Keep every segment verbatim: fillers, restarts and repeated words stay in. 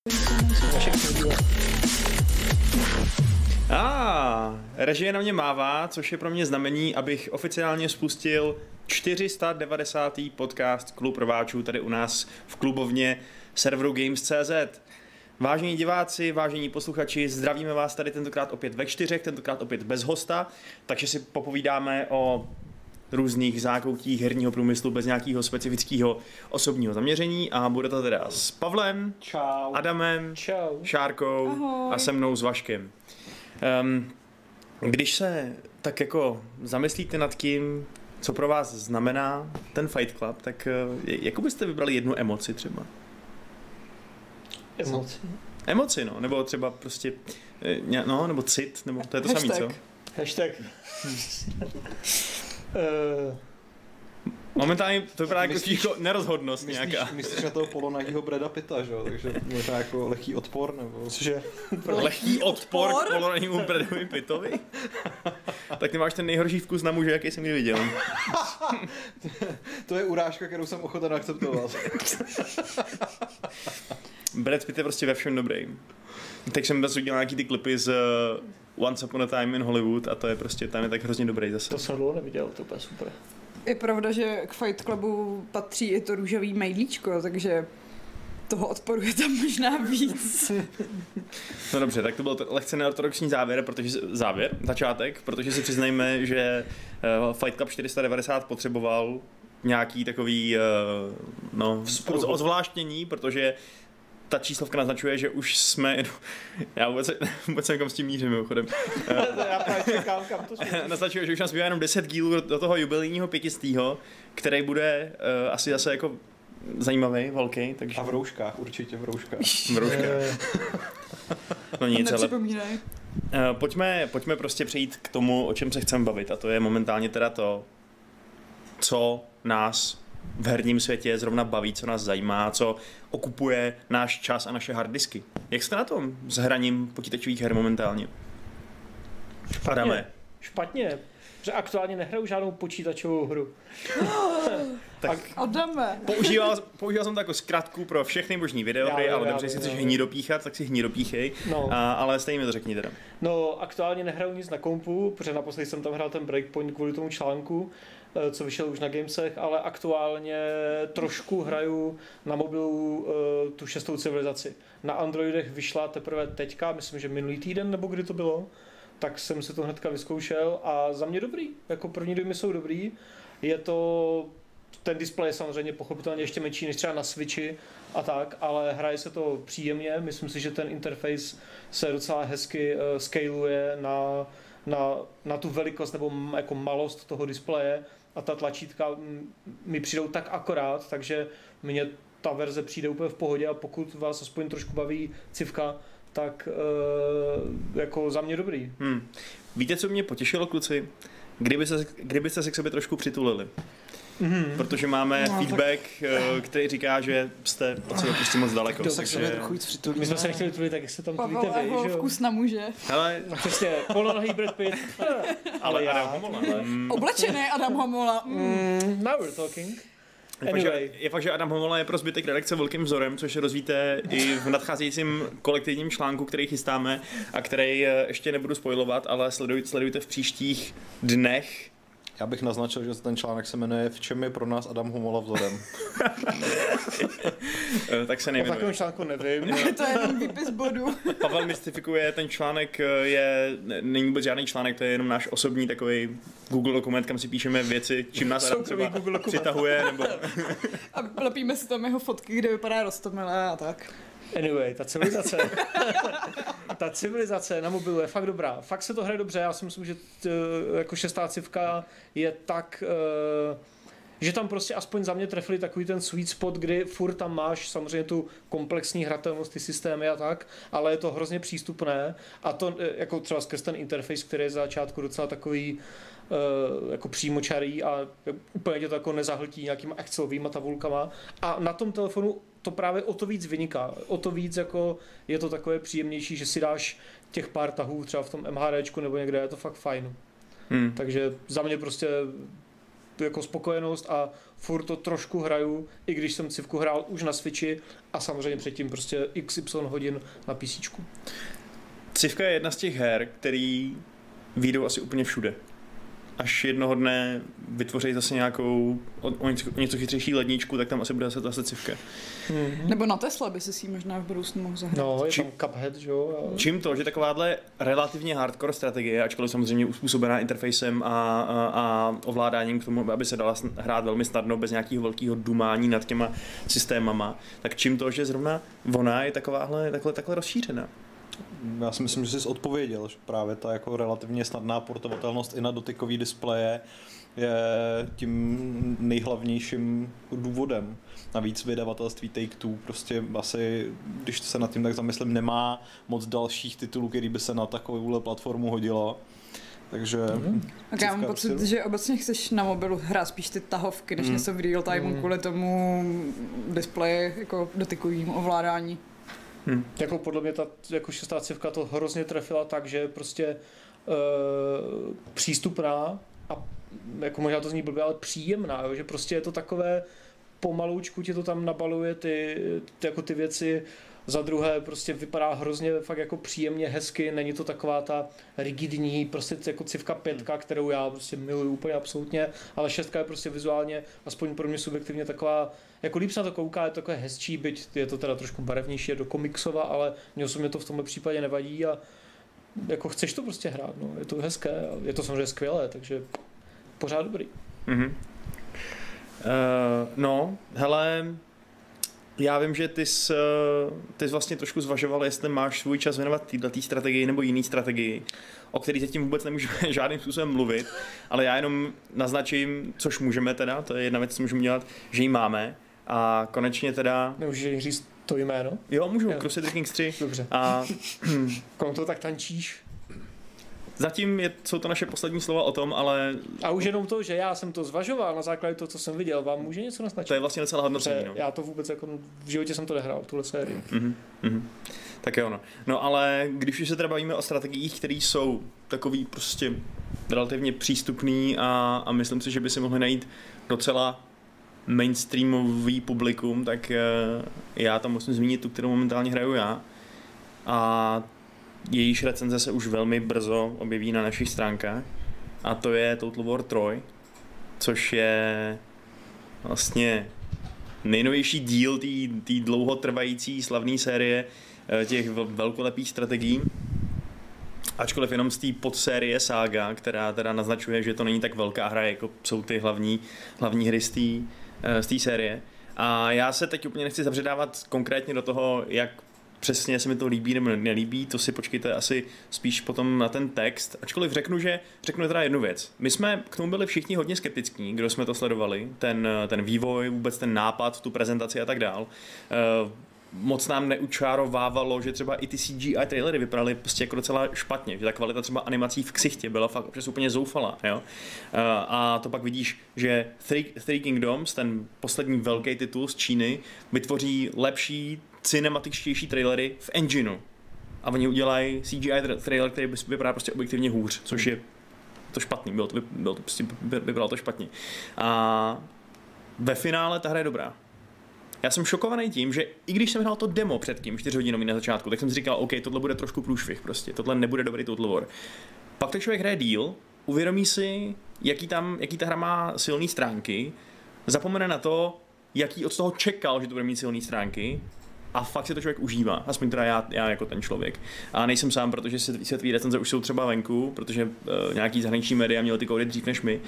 A ah, režie na mě mává, což je pro mě znamení, abych oficiálně spustil čtyři sta devadesátý podcast Klub rváčů tady u nás v klubovně serveru Games tečka cé zet. Vážení diváci, vážení posluchači, zdravíme vás tady tentokrát opět ve čtyřech, tentokrát opět bez hosta, takže si popovídáme o různých zákoutích herního průmyslu bez nějakého specifického osobního zaměření a bude to teda s Pavlem, Čau. Adamem, Čau. Šárkou Ahoj. a se mnou s Vaškem. Um, když se tak jako zamyslíte nad tím, co pro vás znamená ten Fight Club, tak uh, jakou byste vybrali jednu emoci třeba? Emoci. Emoci, no, nebo třeba prostě, eh, no, nebo cit, nebo to je to samé, co? Hashtag. uh, Momentálně to vypadá jako Myslíš- ticho nerozhodnost Myslíš, nějaká. myslíš na toho polonahýho Brada Pitta, že jo? Takže možná jako lehký odpor, nebo... cože? Lehký odpor Odpor? k polonahýmu Bradovi Pittovi? Tak ty máš ten nejhorší vkus na muže, jaký jsem kdy viděl. To je urážka, kterou jsem ochoten akceptovat. Brad Pitt je prostě ve všem dobrý. Tak jsem zase udělal nějaký ty klipy z uh, Once Upon a Time in Hollywood a to je prostě, tam je tak hrozně dobrý zase. To jsem dlouho neviděl, to úplně super. Je pravda, že k Fight Clubu patří i to růžový majdlíčko, takže toho odporu je tam možná víc. No dobře, tak to byl to lehce neortodoxní závěr, protože závěr, začátek, protože si přiznejme, že uh, Fight Club čtyři sta devadesát potřeboval nějaký takový uh, no, oz, ozvláštění, protože ta číslovka naznačuje, že už jsme, já vůbec, vůbec nevím, kam s tím mířím, mimochodem. Já právě čekám, kam to jsme. Naznačuje, že už nám zbývá jenom deset dílů do toho jubilejního pětistýho, který bude uh, asi zase jako zajímavý, velký, takže... A v rouškách, určitě v rouškách. V rouškách. No nic, ale... Nepřipomínaj. Uh, pojďme, pojďme prostě přejít k tomu, o čem se chceme bavit, a to je momentálně teda to, co nás v herním světě zrovna baví, co nás zajímá, co okupuje náš čas a naše harddisky. Jak jste na tom s hraním počítačových her momentálně? Adame. Špatně, protože aktuálně nehraju žádnou počítačovou hru. Tak Adame. používal, používal jsem to jako zkratku pro všechny možný videohry, Já vím, ale já dobře, vím, jestli chceš já vím. hnidopíchat, tak si hnidopíchej, No. a, ale stejně mi to řekni teda. No, aktuálně nehraju nic na kompu, protože naposledy jsem tam hrál ten Breakpoint kvůli tomu článku, eh, co vyšel už na Gamesech, ale aktuálně trošku hraju na mobilu eh, tu šestou civilizaci. Na Androidech vyšla teprve teďka, myslím, že minulý týden, nebo kdy to bylo, tak jsem si to hnedka vyzkoušel a za mě dobrý, jako první dojmy jsou dobrý. Je to, ten displej je samozřejmě pochopitelně ještě menší než třeba na Switchi a tak, ale hraje se to příjemně, myslím si, že ten interface se docela hezky uh, scaluje na, na, na tu velikost nebo m, jako malost toho displeje a ta tlačítka m, mi přijdou tak akorát, takže mně ta verze přijde úplně v pohodě a pokud vás aspoň trošku baví civka, tak uh, jako za mě dobrý. Hmm. Víte, co mě potěšilo, kluci? Kdyby se, kdybyste se k sobě trošku přitulili. Mm-hmm. Protože máme No, feedback, tak... který říká, že jste od sebe prostě moc daleko. Tak se mě trochu víc My přitulíme. jsme se nechtěli tulit, tak jak se tam tulíte Pavel a vy, jeho že jo? vkus na muže. Hele, Přesně, polonahý Brad Pitt. ale já. Adam Homola. Mm, Oblečený Adam Homola. Mm. Mm, now we're talking. je, fakt, že, Anyway. je fakt, že Adam Homola je pro zbytek redakce velkým vzorem, což rozvíte i v nadcházejícím kolektivním článku, který chystáme a který eh, ještě nebudu spoilovat, ale sledujte, sledujte v příštích dnech. Já bych naznačil, že ten článek se jmenuje V čem je pro nás Adam Homola vzorem. Eh, tak se O nejmenuje. takovém článku nevím. To je jenom výpis bodu. Pavel mystifikuje, ten článek eh, je, není vůbec žádný článek, to je jenom náš osobní takový Google dokument, kam si píšeme věci, čím nás Adam Soukromý třeba Google dokument. přitahuje, nebo... A lepíme si tam jeho fotky, kde vypadá roztomilé a tak. Anyway, ta civilizace. ta civilizace na mobilu je fakt dobrá. Fakt se to hraje dobře. Já si myslím, že t, jako šestá civka je tak... Uh, že tam prostě aspoň za mě trefili takový ten sweet spot, kdy furt tam máš samozřejmě tu komplexní hratelnost, ty systémy a tak, ale je to hrozně přístupné a to jako třeba skrz ten interface, který je za začátku docela takový uh, jako přímočarý a úplně tě to jako nezahltí nějakýma excelovýma tabulkama a na tom telefonu to právě o to víc vyniká, o to víc jako je to takové příjemnější, že si dáš těch pár tahů třeba v tom MHDčku nebo někde, je to fakt fajn. Hmm. Takže za mě prostě tu jako spokojenost a furt to trošku hraju, i když jsem Civku hrál už na Switchi a samozřejmě předtím prostě iks ypsilon hodin na PCčku. Civka je jedna z těch her, který vyjdou asi úplně všude. Až jednoho dne vytvoří zase nějakou o, o, něco, o něco chytřejší ledničku, tak tam asi bude zase, zase Civka. Mm-hmm. Nebo na Tesla by se si možná v budoucnu mohl zahrát. No, je Či, tam Cuphead, že jo? Čím to, že takováhle relativně hardcore strategie, ačkoliv samozřejmě uspůsobená interfejsem a, a, a ovládáním k tomu, aby se dala hrát velmi snadno, bez nějakého velkého dumání nad těma systémama, tak čím to, že zrovna ona je takováhle, takhle, takhle rozšířená? Já si myslím, že jsi odpověděl, že právě ta jako relativně snadná portovatelnost i na dotykový displeje je tím nejhlavnějším důvodem. Navíc vydavatelství Take-Two prostě asi, když se nad tím tak zamyslím, nemá moc dalších titulů, který by se na takovouhle platformu hodilo. Takže... Mm. Tak já mám pocit, že obecně chceš na mobilu hrát spíš ty tahovky, než mm. něco v real timeu mm. kvůli tomu displeje jako dotykovým ovládání. Hmm. Jako podle mě ta jako šestá civka to hrozně trefila tak, že prostě e, přístupná a jako možná to zní blbě, ale příjemná, jo? Že prostě je to takové pomaloučku ti to tam nabaluje ty, ty, jako ty věci, za druhé prostě vypadá hrozně fakt jako příjemně, hezky, není to taková ta rigidní prostě jako civka pětka, kterou já prostě miluju úplně absolutně, ale šestka je prostě vizuálně, aspoň pro mě subjektivně taková, jako líp se na to kouká, je to takové hezčí, byť je to teda trošku barevnější, je do komiksova, ale mě osobně to v tomhle případě nevadí a jako chceš to prostě hrát, no, je to hezké, je to samozřejmě skvělé, takže pořád dobrý. Mm-hmm. Uh, no, hele, já vím, že ty jsi, ty jsi vlastně trošku zvažoval, jestli máš svůj čas věnovat této strategii nebo jiný strategii, o který zatím vůbec nemůžeme žádným způsobem mluvit, ale já jenom naznačím, což můžeme teda, to je jedna věc, co můžeme dělat, že ji máme a konečně teda... Nemůžeš říct to jméno? Jo, můžu, Crusader Kings tři. Dobře. A kolem toho tak tančíš? Zatím je, jsou to naše poslední slova o tom, ale... A už jenom to, že já jsem to zvažoval na základě toho, co jsem viděl, vám může něco naznačit? To je vlastně docela hodnocení, no. Já to vůbec jako v životě jsem to nehrál, tuhle sérii. Mm-hmm, mm-hmm. Tak jo, no. No ale když už se teda bavíme o strategiích, které jsou takový prostě relativně přístupný a, a myslím si, že by si mohli najít docela mainstreamový publikum, tak já tam musím zmínit tu, kterou momentálně hraju já. A jejíž recenze se už velmi brzo objeví na našich stránkách. A to je Total War tři, což je vlastně nejnovější díl té dlouhotrvající slavné série těch velkolepých strategií. Ačkoliv jenom z té podsérie Saga, která teda naznačuje, že to není tak velká hra, jako jsou ty hlavní, hlavní hry z té série. A já se teď úplně nechci zabředávat konkrétně do toho, jak přesně se mi to líbí nebo nelíbí, to si počkejte asi spíš potom na ten text. Ačkoliv řeknu, že řeknu teda jednu věc. My jsme k tomu byli všichni hodně skeptický, kdo jsme to sledovali, ten, ten vývoj, vůbec ten nápad, tu prezentaci a tak dál. Uh, moc nám neučárovávalo, že třeba i ty C G I trailery vypadaly prostě jako docela špatně, že ta kvalita třeba animací v ksichtě byla fakt občas úplně zoufalá, jo. Uh, a to pak vidíš, že Three, Three Kingdoms, ten poslední velký titul z Číny, vytvoří lepší cinematičtější trailery v engineu. A oni udělají C G I trailer, který vypadá prostě objektivně hůř, což je to špatný, bylo to, bylo to prostě, vypadalo to špatně. A ve finále ta hra je dobrá. Já jsem šokovaný tím, že i když jsem hrál to demo předtím, čtyřhodinový na začátku, tak jsem si říkal, OK, tohle bude trošku průšvih prostě, tohle nebude dobrý Total War. Pak ten člověk hraje díl, uvědomí si, jaký, tam, jaký ta hra má silné stránky, zapomene na to, jaký od toho čekal, že to bude mít silné stránky, a fakt si to člověk užívá, aspoň teda já, já jako ten člověk. A nejsem sám, protože světové recenze už jsou třeba venku, protože uh, nějaký zahraniční média měly ty kódy dřív než my. Uh,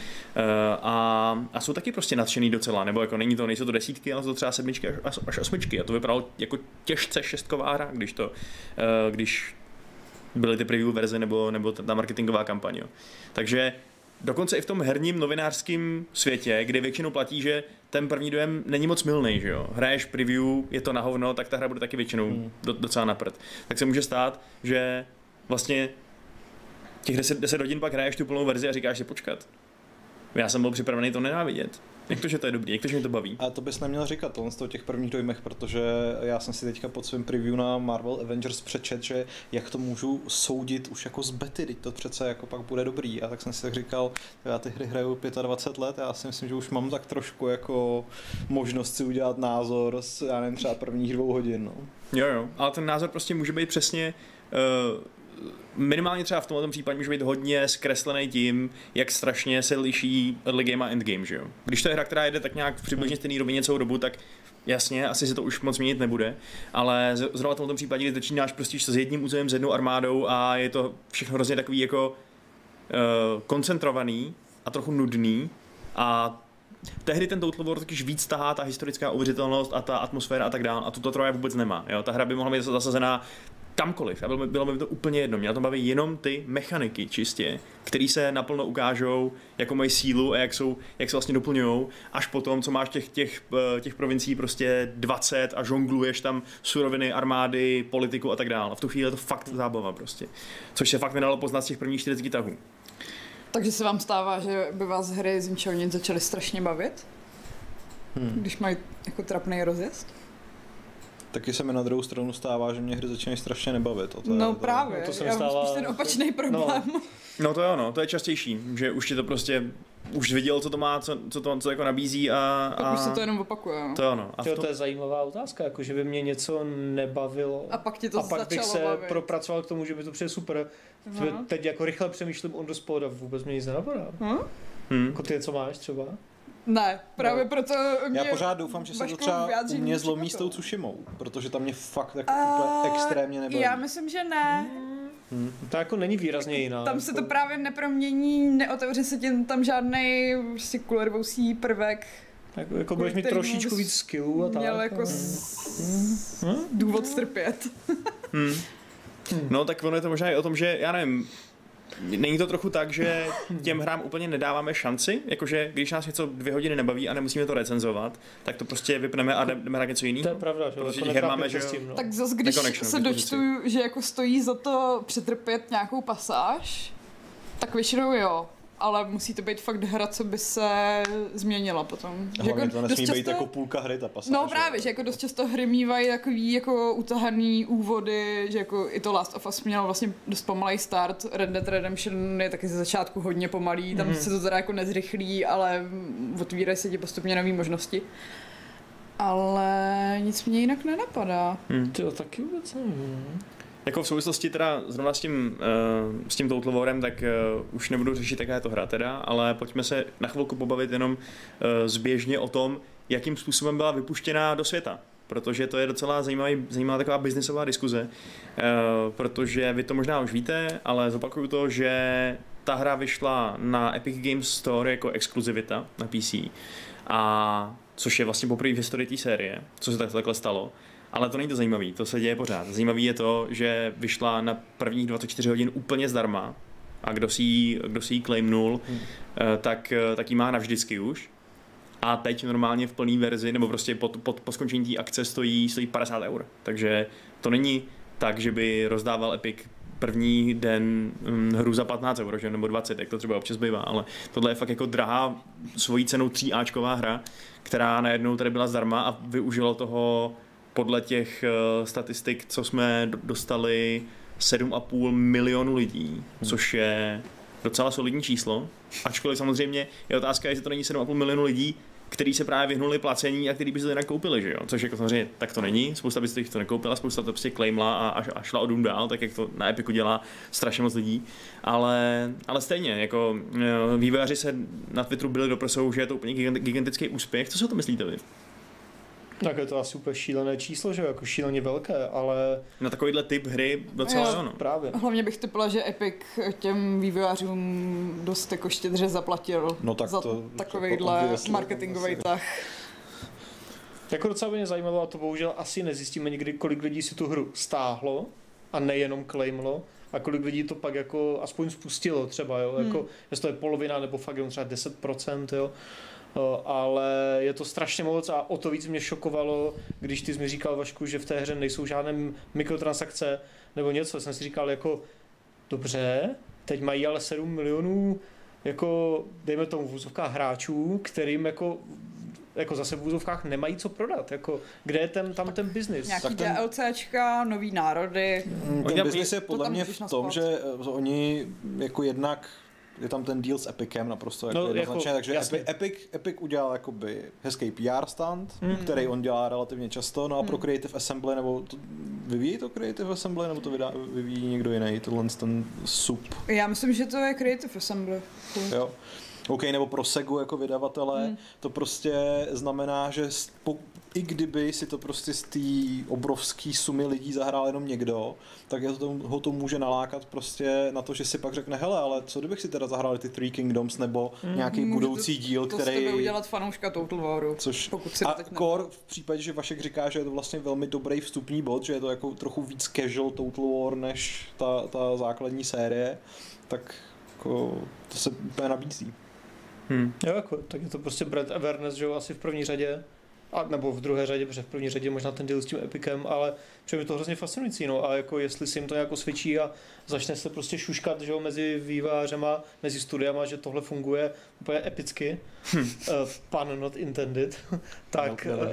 a, a jsou taky prostě nadšený docela, nebo jako není to, nejsou to desítky, ale jsou to třeba sedmičky až, až osmičky. A to vypadalo jako těžce šestková hra, když to, uh, když byly ty preview verze nebo, nebo ta marketingová kampaň. Jo. Takže dokonce i v tom herním novinářském světě, kde většinou platí, že ten první dojem není moc mylný, že jo. Hraješ preview, je to na hovno, tak ta hra bude taky většinou hmm. do, docela na prd. Tak se může stát, že vlastně těch deset, deset hodin pak hraješ tu plnou verzi a říkáš si počkat. Já jsem byl připravený to nenávidět. Jak to, že to je dobrý, jak to, že mě to baví? A to bys neměl říkat, tohle z toho těch prvních dojmech, protože já jsem si teďka pod svým preview na Marvel Avengers přečet, že jak to můžu soudit už jako z bety, teď to přece jako pak bude dobrý. A tak jsem si tak říkal, já ty hry hraju dvacet pět let, já si myslím, že už mám tak trošku jako možnost si udělat názor z, já nevím, třeba prvních dvou hodin. No. Jo, jo, ale ten názor prostě může být přesně uh, minimálně třeba v tomhle případě může být hodně zkreslený tím, jak strašně se liší early game a endgame, že jo. Když to je hra, která jede tak nějak v přibližně stejný rovině celou dobu, tak jasně, asi se to už moc měnit nebude, ale zrovna v tomto případě, když začínáš prostě s jedním územím, s jednou armádou a je to všechno hrozně takový jako uh, koncentrovaný a trochu nudný a tehdy ten Total War totiž víc tahá ta historická uvěřitelnost a ta atmosféra a tak dále a tuto troje vůbec nemá, jo. Ta hra by mohla být zasazená kamkoliv a bylo, bylo by mi to úplně jedno. Mě na tom baví jenom ty mechaniky čistě, které se naplno ukážou, jako mají sílu a jak, jsou, jak se vlastně doplňují, až potom, co máš těch, těch, těch provincií prostě dvacet a žongluješ tam suroviny, armády, politiku a tak dále. A v tu chvíli je to fakt zábava prostě. Což se fakt nedalo poznat z těch prvních čtyřiceti tahů. Takže se vám stává, že by vás hry z ničeho nic začaly strašně bavit? Hmm. Když mají jako trapný rozjezd? Taky se mi na druhou stranu stává, že mě hry začínají strašně nebavit. To je, no to, právě, no to se já stává... mám ten opačný problém. No. no to jo, no, to je častější, že už ti to prostě, už viděl, co to má, co, co to co jako nabízí a... Tak a... už se to jenom opakuje. No. To ano. A to... to je zajímavá otázka, jako že by mě něco nebavilo. A pak ti to A pak bych se bavit. propracoval k tomu, že by to přijde super. Aha. Teď jako rychle přemýšlím on the spot a vůbec mě nic nenapadá. Hm? Hmm. Jako ty, co máš třeba? Ne, právě no. proto mě já pořád doufám, že se to třeba u mě zlomí s tou Tsushimou, protože tam mě fakt tak uh, úplně extrémně nebaví. Já myslím, že ne. Hmm. To jako není výrazně jiná. Tam jako... se to právě nepromění, neotevře se tím tam žádnej prostě kulervousí prvek. Tak, jako budeš mít trošičku víc skillů a tak. Měl jako hmm. s... hmm? důvod strpět. hmm. Hmm. No tak ono je to možná i o tom, že já nevím, není to trochu tak, že těm hrám úplně nedáváme šanci, jakože když nás něco dvě hodiny nebaví a nemusíme to recenzovat, tak to prostě vypneme a jdeme na něco jiného. To je pravda, že protože těch her máme, že tím, no. Tak zase, když se dočtu, že jako stojí za to přetrpět nějakou pasáž, tak většinou jo. Ale musí to být fakt hra, co by se změnila potom. Hlavně jako to nesmí často... být jako půlka hry ta pasáž. No právě, že jako dost často hry mývají takový jako utahaný úvody, že jako i to Last of Us mělo vlastně dost pomalej start, Red Dead Redemption je taky ze začátku hodně pomalý, tam mm. se to teda jako nezrychlí, ale otvírají se ti postupně nový možnosti. Ale nic mě jinak nenapadá. Hmm. To taky vůbec nevím. Jako v souvislosti teda zrovna s tím, uh, s tím Total Warem, tak uh, už nebudu řešit, jaká je to hra teda, ale pojďme se na chvilku pobavit jenom uh, zběžně o tom, jakým způsobem byla vypuštěná do světa. Protože to je docela zajímavý, zajímavá taková biznisová diskuze, uh, protože vy to možná už víte, ale zopakuju to, že ta hra vyšla na Epic Games Store jako exkluzivita na P C, a což je vlastně poprvé v historii té série, co se takhle stalo. Ale to není to zajímavé, to se děje pořád. Zajímavé je to, že vyšla na prvních dvacet čtyři hodin úplně zdarma a kdo si ji, kdo si ji claimnul, hmm. tak, tak ji má navždycky už. A teď normálně v plné verzi, nebo prostě po, po, po skončení té akce stojí, stojí padesát eur. Takže to není tak, že by rozdával Epic první den hm, hru za patnáct eur, že? Nebo dvacet, jak to třeba občas bývá, ale tohle je fakt jako drahá svojí cenou tříáčková hra, která najednou tady byla zdarma a využilo toho podle těch uh, statistik, co jsme dostali, sedm a půl milionu lidí, hmm. což je docela solidní číslo. Ačkoliv samozřejmě je otázka, jestli to není sedm a půl milionu lidí, kteří se právě vyhnuli placení a kteří by se to jinak koupili, že jo? Což jako samozřejmě tak to není, spousta by si to nekoupila, spousta to prostě claimla a, a, a šla o dům dál, tak jak to na Epiku dělá strašně moc lidí. Ale, ale stejně, jako vývojáři se na Twitteru byli doprsou, že je to úplně gigantický úspěch. Co si o to myslíte vy? Tak je to asi úplně šílené číslo, že jako šíleně velké, ale... Na takovýhle typ hry docela jo, no. Právě. Hlavně bych typla, že Epic těm vývojářům dost jako štědře zaplatil no tak za to, takovejhle marketingový tah. Jako docela by mě zajímalo, a to bohužel asi nezjistíme nikdy, kolik lidí si tu hru stáhlo a nejenom claimlo, a kolik lidí to pak jako aspoň spustilo třeba, jo, hmm. jako jestli to je polovina nebo fakt jenom třeba deset procent, jo. Ale je to strašně moc a o to víc mě šokovalo, když ty jsi mi říkal, Vašku, že v té hře nejsou žádné mikrotransakce nebo něco. Jsem si říkal jako, dobře, teď mají ale sedm milionů jako dejme tomu v úzovkách hráčů, kterým jako jako zase v úzovkách nemají co prodat, jako kde je ten, tam ten biznis. Nějaký ten... DLCčka, nový národy. Ten biznis je podle mě v tom, že oni jako jednak je tam ten deal s Epicem naprosto jako no, jednoznačně, jako, takže Epic, Epic, Epic udělal jakoby hezký P R stand, mm. který on dělá relativně často, no a mm. pro Creative Assembly, nebo to, vyvíjí to Creative Assembly, nebo to vydá, vyvíjí někdo jiný, tohle ten sub? Já myslím, že to je Creative Assembly. Jo. OK, nebo pro Segu jako vydavatele, hmm. to prostě znamená, že po, i kdyby si to prostě z té obrovské sumy lidí zahrál jenom někdo, tak je to, ho to může nalákat prostě na to, že si pak řekne, hele, ale co kdybych si teda zahrál ty Three Kingdoms nebo hmm. nějaký Můžu budoucí to, díl, to který... To z tebe udělat fanouška Total Waru. Což, pokud si a core v případě, že Vašek říká, že je to vlastně velmi dobrý vstupní bod, že je to jako trochu víc casual Total War než ta, ta základní série, tak jako to se úplně nabízí. Hmm. Jo, jako, tak je to prostě brand awareness, že jo, asi v první řadě, a, nebo v druhé řadě, protože v první řadě možná ten deal s tím Epicem, ale přijde mi to hrozně fascinující, no, a jako jestli si jim to nějak osvědčí a začne se prostě šuškat, že jo, mezi vývojářema, mezi studiama, že tohle funguje úplně epicky, hmm. uh, pun not intended, tak, no, uh,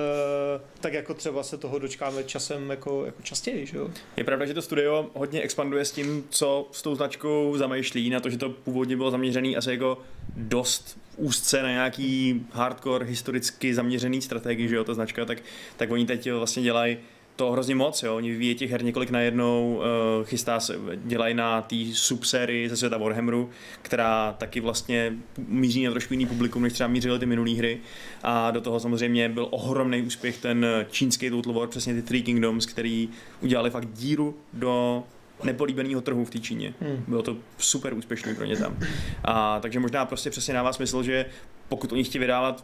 tak jako třeba se toho dočkáme časem jako, jako častěji, že jo. Je pravda, že to studio hodně expanduje s tím, co s tou značkou zamýšlí, na to, že to původně bylo zaměřený asi jako dost úzce na nějaký hardcore historicky zaměřený strategii, že jo, ta značka, tak, tak oni teď vlastně dělají to hrozně moc, jo, oni vyvíjí těch her několik najednou, uh, chystá se, dělají na té subsérii ze světa Warhammeru, která taky vlastně míří na trošku jiný publikum, než třeba mířily ty minulý hry, a do toho samozřejmě byl ohromný úspěch ten čínský Total War, přesně ty Three Kingdoms, který udělali fakt díru do nepolíbeného trhu v té Číně. Hmm. Bylo to super úspěšný pro ně tam. A takže možná prostě přesně dává smysl, že pokud oni chtějí vydávat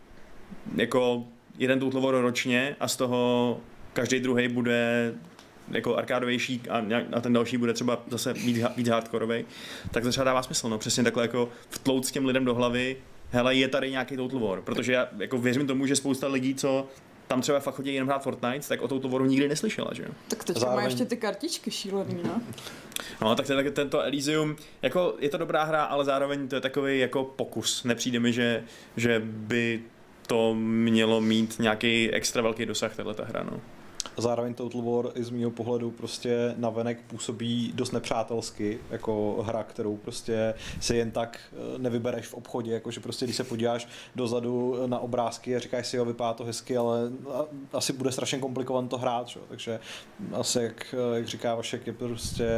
jako jeden Total War ročně a z toho každý druhý bude jako arkádovější a, a ten další bude třeba zase víc, víc hardkorovej, tak to třeba dává smysl, no přesně takhle jako vtlout s těm lidem do hlavy, hele, je tady nějaký Total War, protože já jako věřím tomu, že spousta lidí, co tam třeba fakt chodí jenom hrát Fortnite, tak o Total Waru nikdy neslyšela, že jo? Tak teď Zároveň... má ještě ty kartičky šílený, no? No, tak ten, tento Elysium, jako je to dobrá hra, ale zároveň to je takový jako pokus. Nepřijde mi, že, že by to mělo mít nějaký extra velký dosah, tato hra, no. Zároveň Total War i z mýho pohledu prostě navenek působí dost nepřátelsky, jako hra, kterou prostě si jen tak nevybereš v obchodě, jakože prostě když se podíváš dozadu na obrázky a říkáš si, jo, vypadá to hezky, ale asi bude strašně komplikované to hrát, čo? Takže asi, jak, jak říká Vašek, je prostě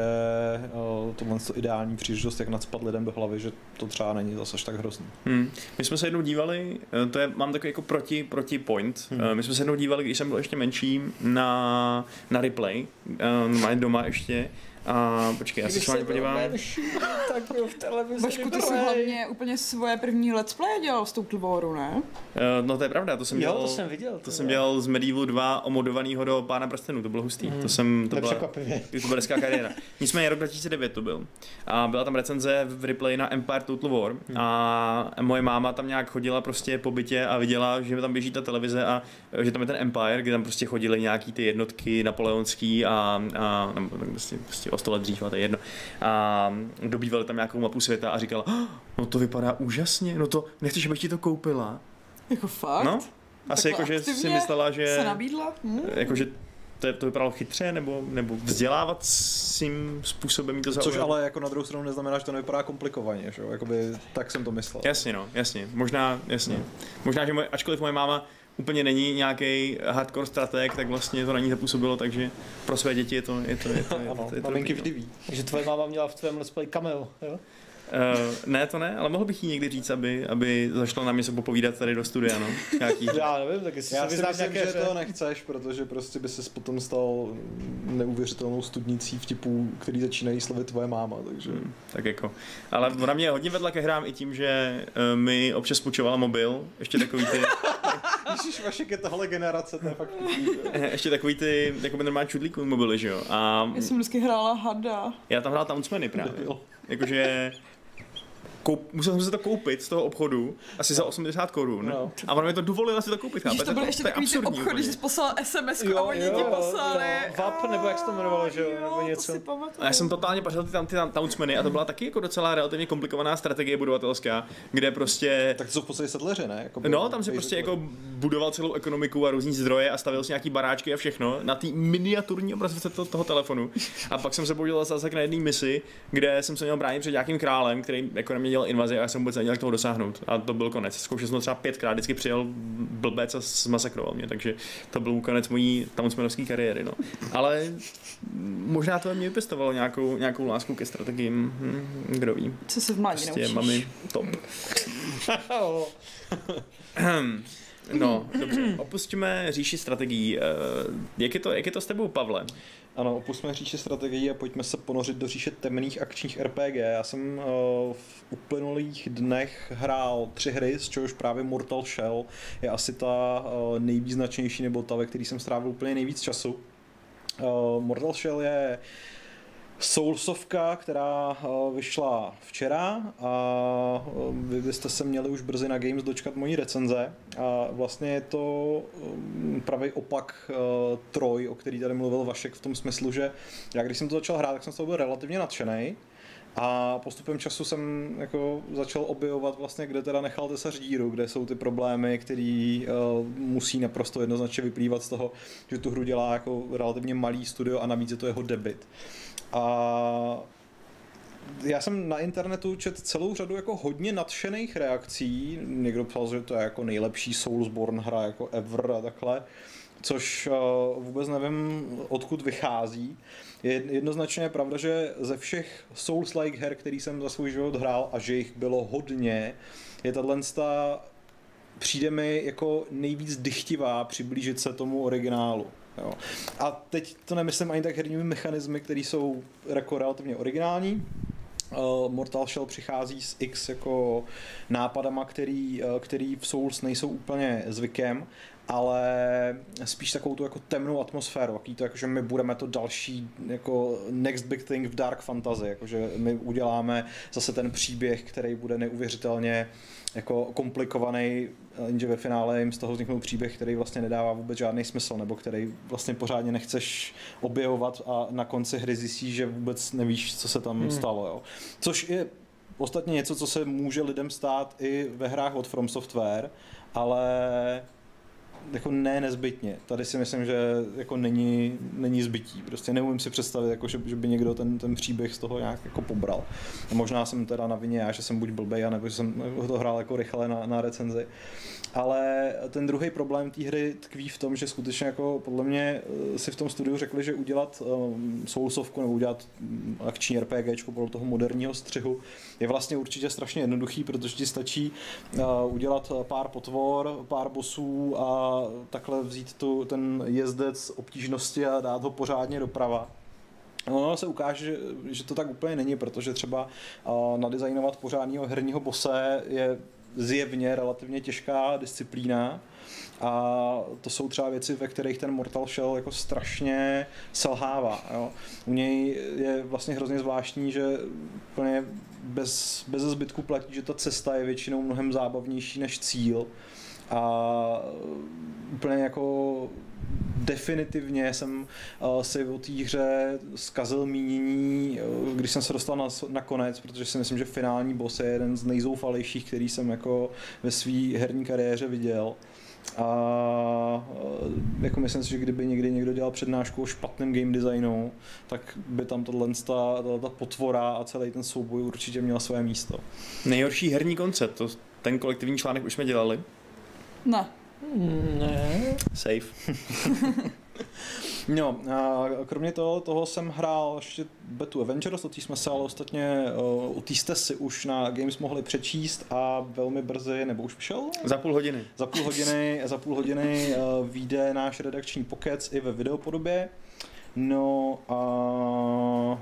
tohle to ideální příležitost, jak nacpat lidem do hlavy, že to třeba není zase až tak hrozný. Hmm. My jsme se jednou dívali, to je, mám takový jako proti, proti point, hmm. my jsme se jednou dívali, když jsem byl ještě menší, na Na, na replay, uh, má doma ještě. A počkej, já se s vámi podívám. Tak byl v televizi. Vašku, ty jsi hlavně úplně svoje první let's play dělal z Total Waru, ne? Uh, no to je pravda, to jsem jo, dělal. to jsem viděl. To, to jsem dělal z Medievalu dva omodovanýho do Pána prstenů, to bylo hustý. Mm. To jsem, to byla youtuberská kariéra. Nicméně rok dva tisíce devět to byl. A byla tam recenze v replay na Empire Total War mm. a moje máma tam nějak chodila prostě po bytě a viděla, že tam běží ta televize a že tam je ten Empire, kde tam prostě chodily nějaký ty jednotky napoleonský a, a nebo prostě, prostě o sto let dřív, a to je jedno. A dobývali tam nějakou mapu světa a říkala, oh, no to vypadá úžasně, no to, nechceš, abych ti to koupila? Jako fakt? No, asi jako, že si myslela, že... se nabídla? Hmm. Jako, že to, to vypadalo chytře, nebo, nebo vzdělávacím způsobem jí to zaujalo. Což ale jako na druhou stranu neznamená, že to nevypadá komplikovaně, že jo? Jakoby tak jsem to myslel. Jasně, no, jasně. Možná, jasně. No. Možná, že moje, ačkoliv moje máma úplně není nějaký hardcore strateg, tak vlastně to na ní zapůsobilo, takže pro své děti je to... Je to, je to, je to, ano, je to, maminky vždy ví. Takže tvoje máma měla v tvém let's play cameo, jo? Uh, ne, to ne, ale mohl bych jí někdy říct, aby, aby zašla na mě se popovídat tady do studia, no. Nějaký. Já nevím, tak jestli Já se si myslím, že hře. to nechceš, protože prostě by ses potom stal neuvěřitelnou studnicí vtipů, který začínají slovit tvoje máma, takže... Hmm, tak jako. Ale ona mě hodně vedla ke hrám i tím, že uh, mi občas půjčovala mobil, ještě takový ty... Ježiš, Vašek je tohle generace, to je fakt vtipný. Ještě takový ty, jakoby normální čudlíků mobily, že jo. A... Já jsem vždycky hrála Hada. Já tam hrál Townsmany právě. Jakože... koup, musel jsem si to koupit z toho obchodu, asi za osmdesát korun. No. A ono mi to dovolilo si to koupit, chápete? To byly ještě takový ty obchody, že jsi poslal es em es a oni ti poslali. V A P, nebo jak se to jmenovalo, že jo, nebo něco. A já jsem totálně pařil ty tam ty tam townsmeny a to byla taky jako docela relativně komplikovaná strategie budovatelská, kde prostě... Tak to jsou v podstatě settleři, ne? Jako no, tam si prostě jako budoval celou ekonomiku a různý zdroje a stavil si nějaký baráčky a všechno na té miniaturní obrazovce to, toho telefonu. A pak jsem se podíval zase na jedné misi, kde jsem se měl bránit před nějakým králem, který jako na mě dělal invazi a já jsem vůbec neměl jak toho dosáhnout. A to byl konec. Zkoušel jsem to třeba pětkrát, vždycky přijel blbec a zmasakroval mě, takže to byl konec mojí townsmanovské kariéry. No. Ale možná to mě vypěstovalo nějakou, nějakou lásku ke strategiím. Hm, kdo ví. Co se v mládí prostě naučíš? Mami, top. No, dobře. Opustíme říši strategií. Jak je to, jak je to s tebou, Pavle? Ano, opustíme říši strategií a pojďme se ponořit do říše temných akčních er pé gé. Já jsem uh, v uplynulých dnech hrál tři hry, z čehož právě Mortal Shell je asi ta uh, nejvýznačnější, nebo ta, ve který jsem strávil úplně nejvíc času. Uh, Mortal Shell je Soulsovka, která uh, vyšla včera a uh, vy byste se měli už brzy na Games dočkat mojí recenze a vlastně je to um, pravý opak uh, Troj, o který tady mluvil Vašek v tom smyslu, že já když jsem to začal hrát, tak jsem z toho byl relativně nadšenej a postupem času jsem jako začal objevovat vlastně, kde teda nechal tesař díru, kde jsou ty problémy, který uh, musí naprosto jednoznačně vyplývat z toho, že tu hru dělá jako relativně malý studio a navíc je to jeho debut. A já jsem na internetu četl celou řadu jako hodně nadšených reakcí. Někdo psal, že to je jako nejlepší Soulsborne hra jako ever a takhle, což uh, vůbec nevím, odkud vychází. Je jednoznačně pravda, že ze všech Souls-like her, který jsem za svůj život hrál, a že jich bylo hodně, je tato přijde mi jako nejvíc dychtivá přiblížit se tomu originálu. Jo. A teď to nemyslím ani tak herními mechanismy, které jsou jako relativně originální. Uh, Mortal Shell přichází s X jako nápadama, který, uh, který v Souls nejsou úplně zvykem, ale spíš takovou tu jako temnou atmosféru, jaký to jako, že my budeme to další jako next big thing v dark fantasy, jakože my uděláme zase ten příběh, který bude neuvěřitelně jako komplikovaný, jenže ve finále jim z toho vzniknul příběh, který vlastně nedává vůbec žádný smysl, nebo který vlastně pořádně nechceš objevovat a na konci hry zjistíš, že vůbec nevíš, co se tam hmm. stalo. Jo. Což je ostatně něco, co se může lidem stát i ve hrách od From Software, ale jako ne nezbytně. Tady si myslím, že jako není, není zbytí. Prostě neumím si představit, jako, že, že by někdo ten, ten příběh z toho nějak jako pobral. A možná jsem teda na vině já, že jsem buď blbej, anebo že jsem to hrál jako rychle na, na recenzi. Ale ten druhý problém té hry tkví v tom, že skutečně jako podle mě si v tom studiu řekli, že udělat um, Soulsovku nebo udělat akční RPGčko podle toho moderního střihu je vlastně určitě strašně jednoduchý, protože ti stačí uh, udělat pár potvor, pár bossů a takhle vzít tu, ten jezdec obtížnosti a dát ho pořádně doprava. Ono se ukáže, že, že to tak úplně není, protože třeba uh, nadizajnovat pořádného herního bose je zjevně relativně těžká disciplína a to jsou třeba věci, ve kterých ten Mortal Shell jako strašně selhává. Jo. U něj je vlastně hrozně zvláštní, že úplně bez, bez zbytku platí, že ta cesta je většinou mnohem zábavnější než cíl a úplně jako definitivně jsem uh, si o té hře zkazil mínění, uh, když jsem se dostal na, na konec, protože si myslím, že finální boss je jeden z nejzoufalejších, který jsem jako ve své herní kariéře viděl. A uh, jako myslím si, že kdyby někdy někdo dělal přednášku o špatném game designu, tak by tam tohle ta, ta potvora a celý ten souboj určitě měl své místo. Nejhorší herní koncept, to, ten kolektivní článek už jsme dělali. Ne. Ne. Safe. No, a kromě toho, toho jsem hrál ještě Betu Avengers, o té jsme se ale ostatně, o té jste si už na Games mohli přečíst a velmi brzy, nebo už vyšel? Za půl hodiny. Za půl hodiny, za půl hodiny vyjde náš redakční pokec i ve videopodobě. No a pak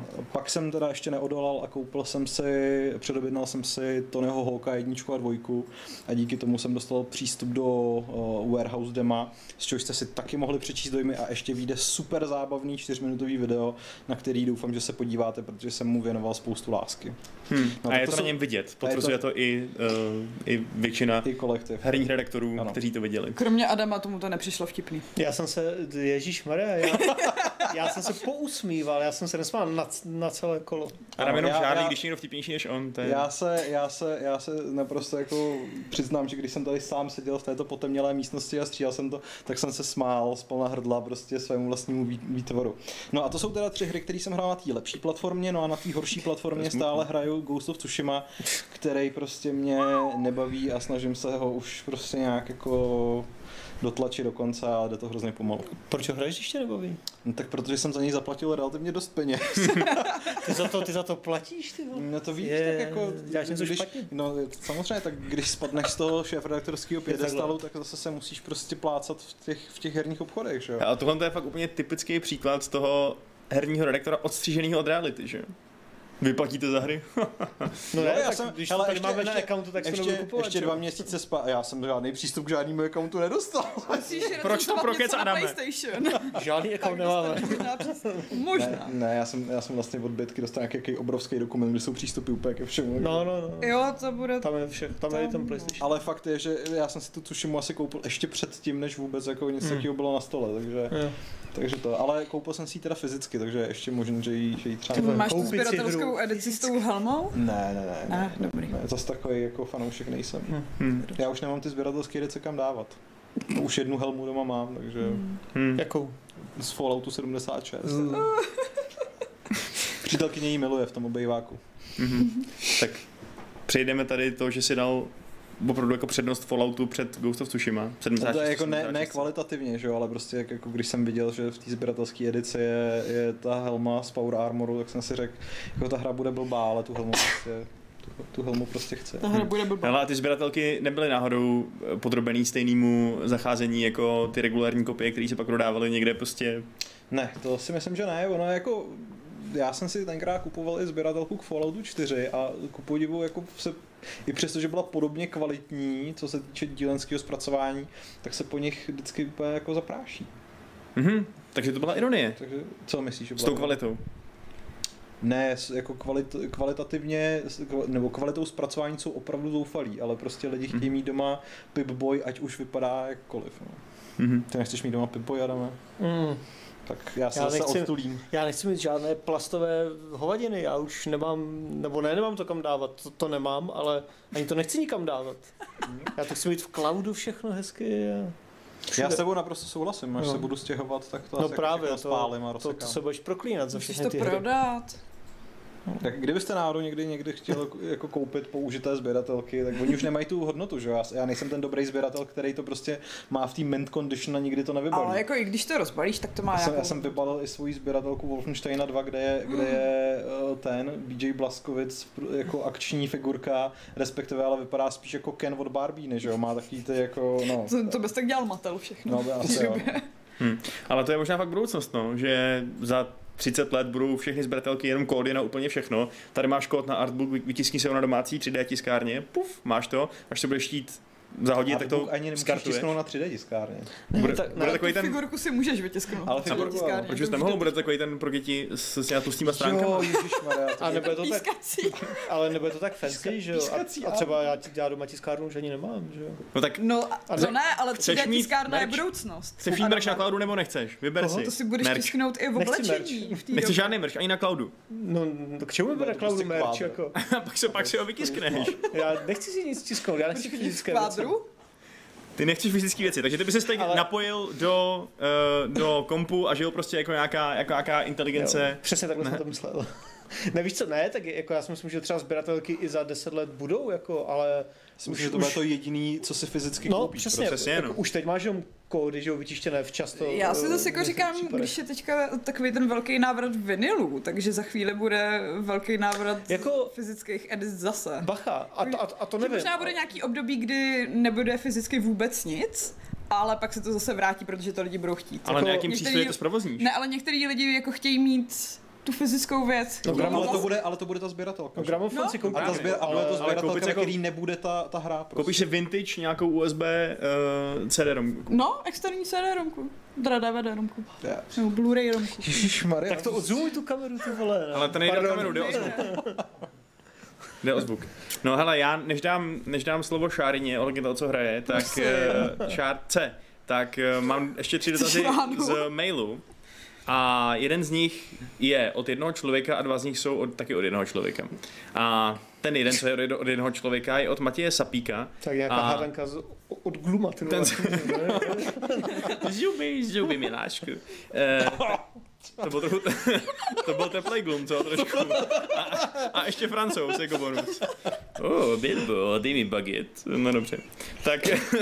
pak jsem teda ještě neodolal a koupil jsem si, předobjednal jsem si Tonyho Hawka jedničku a dvojku a díky tomu jsem dostal přístup do uh, Warehouse dema, z čehož jste si taky mohli přečíst dojmy a ještě vyjde super zábavný čtyřminutový video, na který doufám, že se podíváte, protože jsem mu věnoval spoustu lásky. Hmm. No, a je to to jsou- na něm vidět, potvrzuje to, to i, uh, i většina I kolektiv. herních redaktorů, Ano. kteří to viděli. Kromě Adama tomu to nepřišlo vtipný. Já jsem se, ježíšmarja, já, já jsem se pousmíval, já jsem se nesmál na, na celé kolo. Adam Ano, jenom já- žádný, já- když je někdo vtipnější než on, to je... Já se, já, se, já se naprosto jako přiznám, že když jsem tady sám seděl v této potemnělé místnosti a stříhal jsem to, tak jsem se smál z plna hrdla prostě svému vlastnímu vý- výtvoru. No a to jsou teda tři hry, které jsem hrál na té lepší platformě, no a na té horší platformě stále hraju Ghost of Tsushima, který prostě mě nebaví a snažím se ho už prostě nějak jako dotlačit do konce a jde to hrozně pomalu. Proč ho hraješ, když tě nebaví? No, tak protože jsem za něj zaplatil relativně dost peněz. Ty za to, ty za to platíš, ty vole? No to víš, Je, tak jako... děláš něco když, špatně? No samozřejmě, tak když spadneš z toho šéfredaktorského pědestalu, tak zase se musíš prostě plácat v těch, v těch herních obchodech, že jo? A tohle to je fakt úplně typický příklad toho herního redaktora odstříženého od reality, že jo? Vyplatíte za hry? No ne, já tak jsem- když hele, to tady ještě- máme na ještě- accountu, tak se ještě, nebudu kupovat. ještě že dva jo? měsíce spa a já jsem žádný přístup k žádnému accountu nedostal. Musíš Proč to recenzovat prokec, něco na Adame? PlayStation. Žádný account nemáme. Možná. přes- Ne, Možná. ne, já jsem, já jsem vlastně od Bitky dostal nějaký obrovský dokument, kde jsou přístupy úplně ke všemu. No, no, no. Jo, to bude... Tam je vše, tam je i ten Tam- PlayStation. Ale fakt je, že já jsem si tu Tsushimu asi koupil ještě předtím, než vůbec jako něco Hmm. takového bylo na stole, takže, Jo. takže to. Ale koupil jsem si ji teda fyzicky, takže je ještě možný, že ji, že ji třeba... Ty vole, máš tu koupit si sběratelskou hru edici s tou helmou? Ne, ne, ne. Ne, dobrý. Ne, zase takový jako fanoušek nejsem. Hmm. Já už nemám ty sběratelské edice kam dávat. Už jednu helmu doma mám, takže Hmm. Jakou? z Falloutu sedmdesát šest. Mm. Přítelkyně ji miluje v tom obejváku. Mhm. Tak přejdeme tady to, že si dal opravdu jako přednost Falloutu před Ghost of Tsushima. sedmdesát To je šest, jako ne, sedmdesát ne šest. kvalitativně, že jo, ale prostě jak, jako když jsem viděl, že v té sběratelské edici je, je ta helma z Power Armoru, tak jsem si řekl, jako ta hra bude blbá, ale tu helmu prostě, tu, tu helmu prostě chci. Ta hra bude blbá. Hele, a ty sběratelky nebyly náhodou podrobený stejnému zacházení jako ty regulární kopie, které se pak prodávaly někde prostě... Ne, to si myslím, že ne, ono jako já jsem si tenkrát kupoval i sběratelku k Falloutu čtyři a ku podivu jako se, i přesto, že byla podobně kvalitní, co se týče dílenského zpracování, tak se po nich vždycky úplně jako zapráší. Mhm. Takže to byla ironie. Takže co myslíš? Že S byla tou kvalitou. Ne, s- jako kvalit, kvalitativně, s- kva- nebo kvalitou zpracování jsou opravdu zoufalí, ale prostě lidi chtějí mít doma Pip-Boy, ať už vypadá jakkoliv. No. Mhm. Ty nechceš mít doma Pip-Boy, Adame? Mm. Tak já se Já zase nechci- odtulím. Já nechci mít žádné plastové hovadiny, já už nemám, nebo ne, nemám to kam dávat, to, to nemám, ale ani to nechci nikam dávat. Já to chci mít v cloudu všechno hezky. A... Já s tebou naprosto souhlasím, až No. se budu stěhovat, tak to No asi právě, jako to, spálím a to, rozsekám. to se budeš proklínat za Musíš všechny to ty hry. prodat. Tak kdybyste náhodou někdy někdy chtěl jako koupit použité sběratelky, tak oni už nemají tu hodnotu, že jo? Já, já nejsem ten dobrý sběratel, který to prostě má v té mint condition a nikdy to nevybalí. Ale jako i když to rozbalíš, tak to má Já jsem, nějakou... já jsem vybalil i svoji sběratelku Wolfensteina dva, kde je, kde je uh, ten B J Blazkowicz pr- jako akční figurka, respektive ale vypadá spíš jako Ken od Barbie, že jo? Má takový ty jako, no... To, to bys tak dělal Mattel všechno. No, asi jo. Hmm. Ale to je možná fakt budoucnost, no, že za třicet let budou všechny sběratelky jenom kódy na úplně všechno. Tady máš kód na artbook, vytiskni se ho na domácí tři dé tiskárně, puf, máš to, až se budeš chtít zahodit, tak to Artbook ani nemusíš skartuješ. tisknout na tři dé tiskárně. Bude, tak- bude ne, takový Tu ten... figurku si můžeš vytisknout. Ale Třeba figurku, tiskárně, ale Proč to jsi už nemohl? to- Bude takový ten pro děti s, s nějakou tlustýma stránkama. Jo, ježišmarja. A nebo je to tak, Pískací. ale nebo je to tak fancy, že jo? pískací, A, a třeba já, ti- já doma tiskárnu už ani nemám, že jo? No tak No, a A to ne- ne, ale chceš tři dé mít tiskárna je merch? budoucnost. chceš mít Ano, merch na cloudu nebo nechceš? Vyber Koho? si. To si budeš merch. tisknout i v Nechci oblečení. merch. v té Nechceš době. žádný merch, ani na cloudu. No, no k čemu by To na je cloudu prostě merch, kvádr. jako? A pak, se, pak si ho vytiskneš. Já nechci si nic tisknout, já nechci Počkej, v fyzické věci. kvádru? Ty nechceš fyzické věci, takže ty bys se teď Ale- napojil do, uh, do kompu a žil prostě jako nějaká, jako nějaká inteligence. Jo, přesně takhle Ne. jsem to myslel. Nevíš co, ne, tak jako já si myslím, že třeba sběratelky i za deset let budou, jako, ale Myslím, že to bude to jediný, co si fyzicky no, koupíš. přesně, přesně, jako, no. už teď máš jenom kódy, že jo, vytištěné v často. Já si zase jako eh, říkám, případech. když je teďka takový ten velký návrat vinylů, takže za chvíli bude velký návrat Jako- fyzických edic zase. Bacha, a, to- a, a to Že nevím. možná bude nějaký období, kdy nebude fyzicky vůbec nic, ale pak se to zase vrátí, protože to lidi budou chtít. Ale Jako na jakým některý- přístroji to zprovozníš? Ne, ale některý lidi jako chtějí mít tu fyzickou věc. No, No, ale, to bude, ale to bude ta sběratelka. No, gramofon No. si A, koupíš. ta sběr, a bude to Ale- ale sběratelka, koupit ve jako- který nebude ta, ta hra. Prostě. Koupíš si vintage nějakou U S B uh, C D romku. No, externí C D romku. Teda D V D romku. Yeah. Nebo Blu-ray romku. Ježišmarja. Tak to odzumuj tu kameru, ty vole. Ale to nejde o kameru, jde o zvuk. Jde o zvuk. No hele, já než dám, než dám slovo Šárině, ohledně toho, co hraje, tak uh, Šárce, tak uh, mám ještě tři dotazy z mailu. A jeden z nich je od jednoho člověka a dva z nich jsou od, taky od jednoho člověka. A ten jeden, co je od, od jednoho člověka, je od Matěje Sapíka. Tak nějaká A- hádanka z, od Gluma, ty vole. Zuby, zuby, miláčku. Eh, to byl trochu, to byl teplej glum, co trošku. A, a ještě Francouz jako bonus. Oh, Bilbo, dej mi baget. No dobře. Tak.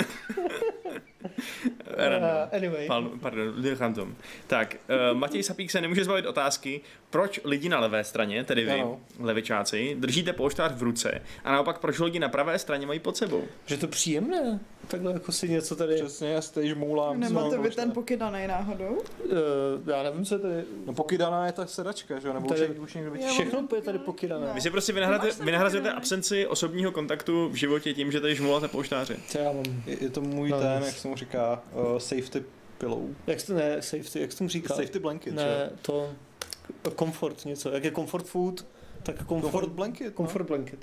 Uh, anyway. Pardon, pardon, nechám tom. Tak, uh, Matěj Sapík se nemůže zbavit otázky, proč lidi na levé straně, tedy vy, Ano. levičáci, držíte polštář v ruce a naopak proč lidi na pravé straně mají pod sebou. Že je to příjemné. Takhle jako si něco tady... Přesně, já si tady žmoulám. Nemáte no, vy ten pokydanej náhodou? Uh, já nevím, co je tady... No pokydaná je ta sedačka, že jo? Nebo Tady- už, už někdo Já Všechno je tady pokydané. Vy si prostě Nemáš vynahrazujete, ten vynahrazujete pokydanej? absenci osobního kontaktu v životě tím, že tady žmuláte polštáře. Co já mám... je, je to můj No, ten, nic. jak se mu říká, uh, safety pillow. Jak to ne, safety, jak jsi tomu říkal? Safety blanket, že Ne, jo? to... Comfort něco. Jak je comfort food, tak comfort, Comfort blanket, comfort blanket.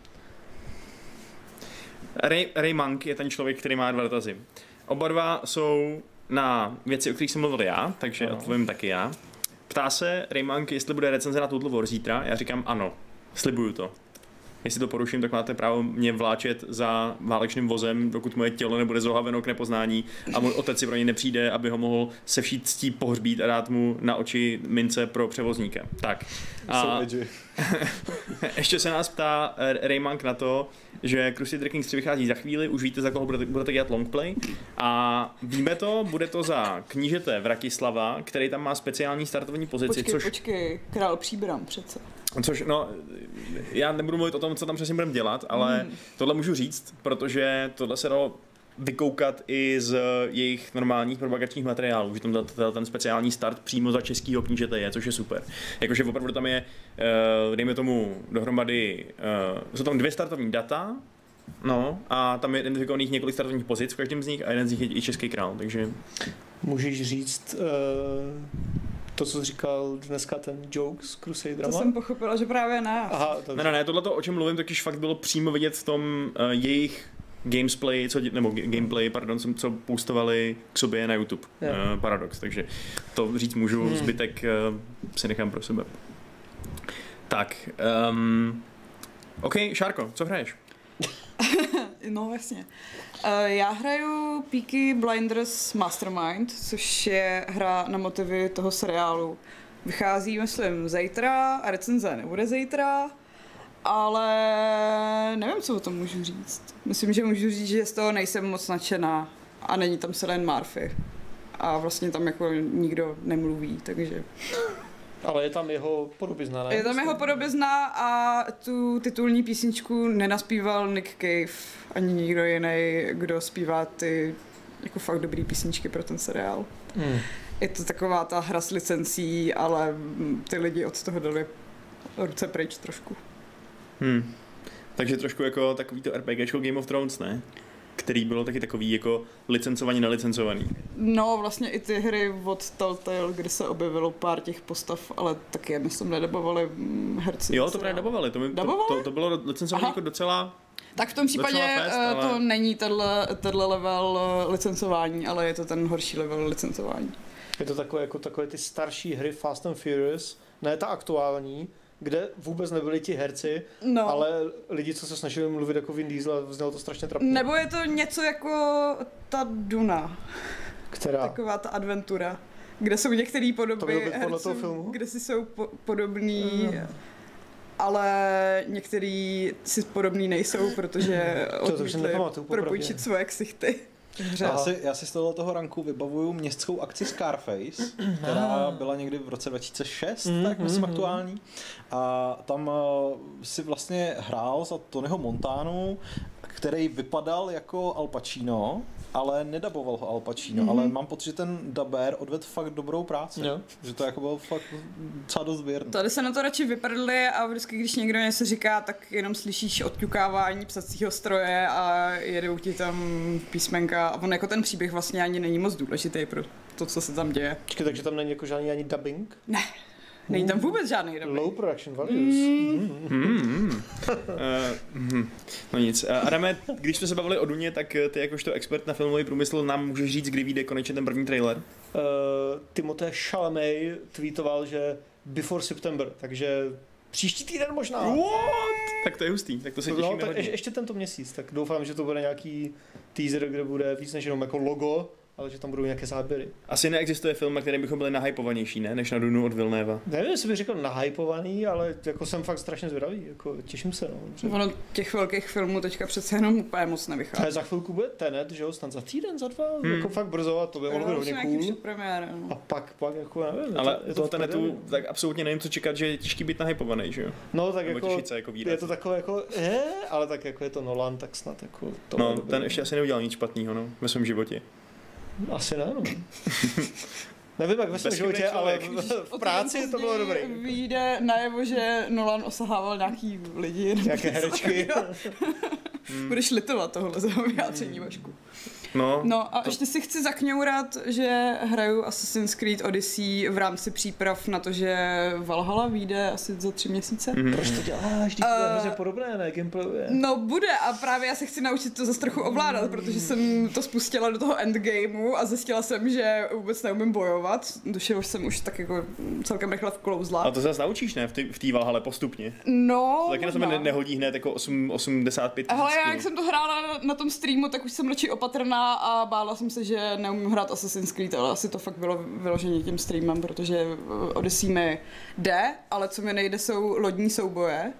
Ray, Ray Monk je ten člověk, který má dva dotazy. Oba dva jsou na věci, o kterých jsem mluvil já, takže Ano. odpovím taky já. Ptá se Ray Monk, jestli bude recenze na Total War zítra. Já říkám ano, slibuju to. Jestli to poruším, tak máte právo mě vláčet za válečným vozem, dokud moje tělo nebude zohaveno k nepoznání a můj otec si pro něj nepřijde, aby ho mohl se vší ctí pohřbít a dát mu na oči mince pro převozníka. Tak. A So edgy. ještě se nás ptá Ray Monk na to, že Crusader Kings tři vychází za chvíli, už víte, za koho budete, budete dělat longplay. A víme to, bude to za knížete Vratislava, který tam má speciální startovní pozici, Počkej, což... počkej, král Příbram přece. Což, no, já nebudu mluvit o tom, co tam přesně budeme dělat, ale mm. tohle můžu říct, protože tohle se dalo vykoukat i z jejich normálních propagačních materiálů, že tam ta- ten speciální start přímo za českýho knížete je, což je super. Jakože opravdu tam je, eh, dejme tomu dohromady, eh, jsou tam dvě startovní data, no, a tam je identifikovaných několik startovních pozic v každém z nich a jeden z nich je i český král, takže... Můžeš říct uh, to, co říkal dneska ten joke z Crusaderama? To jsem pochopila, že právě ne. Aha, to Ne, ne, ne, tohle, o čem mluvím, totiž fakt bylo přímo vidět v tom uh, jejich gamesplay, co, dě- nebo ga- gameplay, pardon, co- co postovali k sobě na YouTube. Jo. Uh, Paradox, takže to říct můžu, Hmm. zbytek uh, si nechám pro sebe. Tak, um, OK, Šárko, co hraješ? No jasně. Uh, já hraju Peaky Blinders Mastermind, což je hra na motivy toho seriálu. Vychází, myslím, zítra a recenze nebude zítra, ale nevím, co o tom můžu říct. Myslím, že můžu říct, že z toho nejsem moc nadšená a není tam Cillian Murphy. A vlastně tam jako nikdo nemluví, takže... Ale je tam jeho podobizna, ne? Je tam jeho podobizna a tu titulní písničku nenaspíval Nick Cave ani nikdo jiný, kdo zpívá ty jako fakt dobrý písničky pro ten seriál. Hmm. Je to taková ta hra s licencí, ale mm, ty lidi od toho dali ruce pryč trošku. Hmm. Takže trošku jako takový to RPGčko Game of Thrones, ne? Který bylo taky takový jako licencovaný, nelicencovaný. No, vlastně i ty hry od Telltale, kde se objevilo pár těch postav, ale taky je, myslím, nedabovali mm, herci. Jo, to právě dabovali, to, mi, to, Dabovali? to, to bylo licencované Aha. jako docela... Tak v tom případě Docela fest, eh, ale- to není tenhle, tenhle level eh, licencování, ale je to ten horší level licencování. Je to takové, jako takové ty starší hry Fast and Furious, ne ta aktuální, kde vůbec nebyli ti herci, No. ale lidi, co se snažili mluvit jako Vin Diesel a znělo to strašně trapně. Nebo je to něco jako ta Duna, Která? taková ta adventura, kde jsou některé To mělo podoby být podle herců, toho filmu? kde si jsou po- podobný, Mm. ale některý si podobný nejsou, protože To- to už si odmítli nepamatuju, popravdě. propůjčit svoje ksichty. Hře. Já si, já si z tohoto toho ranku vybavuju městskou akci Scarface, která byla někdy v roce dva tisíce šest, Mm, tak myslím mm, aktuální. A tam uh, si vlastně hrál za Tonyho Montanu, který vypadal jako Al Pacino, ale nedaboval ho Al Pacino, mm-hmm. ale mám pocit, že ten dabér odvedl fakt dobrou práci. Jo. Že to jako bylo fakt docela dost věrný. Tady se na to radši vyprdli a vždycky, když někdo něco říká, tak jenom slyšíš odťukávání psacího stroje a jedou ti tam písmenka a on jako ten příběh vlastně ani není moc důležitý pro to, co se tam děje. Počkej, takže tam není jako žádný ani dubbing? Ne. Není tam vůbec žádný dubbing. Low production values. Mm. Mm. Mm. uh, mm. No nic. Uh, Adame, když jsme se bavili o Duně, tak ty jakožto expert na filmový průmysl nám můžeš říct, kdy vyjde konečně ten první trailer? Uh, Timothée Chalamet tweetoval, že before September, takže příští týden možná. What? Tak to je hustý, tak to se těšíme. No, tak je, ještě tento měsíc, tak doufám, že to bude nějaký teaser, kde bude víc než jenom jako logo, ale že tam budou nějaké záběry. Asi neexistuje film, na kterém bychom byli nahypovanější, ne? Než na Dunu od Villeneuva. Nevím, jestli bych řekl nahypovaný, ale jako jsem fakt strašně zvědavý, jako těším se. No. Ono těch velkých filmů teďka přece jenom úplně moc nevychází. Ale za chvilku bude Tenet, že jo, snad za týden, za dva, hmm. jako fakt brzo a to by mohlo být hodně cool. Premiéra, no. A pak, pak jako nevím. Ale to, je toho Tenetu tak absolutně nevím, co čekat, že je těžký být nahypovaný, že jo? No tak nebo jako, se jako je to takové jako, je, ale tak jako je to Nolan, tak snad jako to. No, ten ještě asi neudělal nic špatného, no, ve svém životě. Asi ne, no. Nevím, jak ve svém životě, ale v, v práci to bylo dobré. Vyjde najevo, že Nolan osahával nějaký lidi. Nějaké herečky. Budeš litovat tohle za vyjádření, Vašku. No, no a to... ještě si chci zakňourat, že hraju Assassin's Creed Odyssey v rámci příprav na to, že Valhalla vyjde asi za tři měsíce. Mm-hmm. Proč to děláš? Vždyť to je hrozně podobné, ne? Gameplayuje. No bude a právě já se chci naučit to zase trochu ovládat, protože jsem to spustila do toho endgameu a zjistila jsem, že vůbec neumím bojovat. Došel jsem už tak jako celkem rychle vklouzla. A to se zase naučíš, ne? V té Valhalle postupně. No, to taky na sebe ne- nehodí hned jako osm, osmdesát pět tisíc. Ale já, jak jsem to hrála na, na tom streamu, tak už jsem radši opatrná a bála jsem se, že neumím hrát Assassin's Creed, ale asi to fakt bylo vyloženě tím streamem, protože Odyssey mi jde, ale co mi nejde jsou lodní souboje.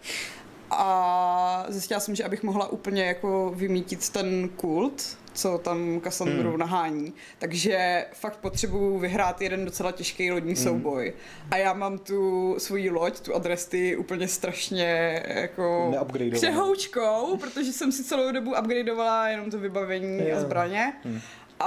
A zjistila jsem, že abych mohla úplně jako vymítit ten kult, co tam Cassandru hmm. nahání. Takže fakt potřebuju vyhrát jeden docela těžký lodní hmm. souboj. A já mám tu svoji loď, tu Adresty, úplně strašně jako přehoučkou, protože jsem si celou dobu upgradeovala jenom to vybavení yeah. a zbraně. Hmm.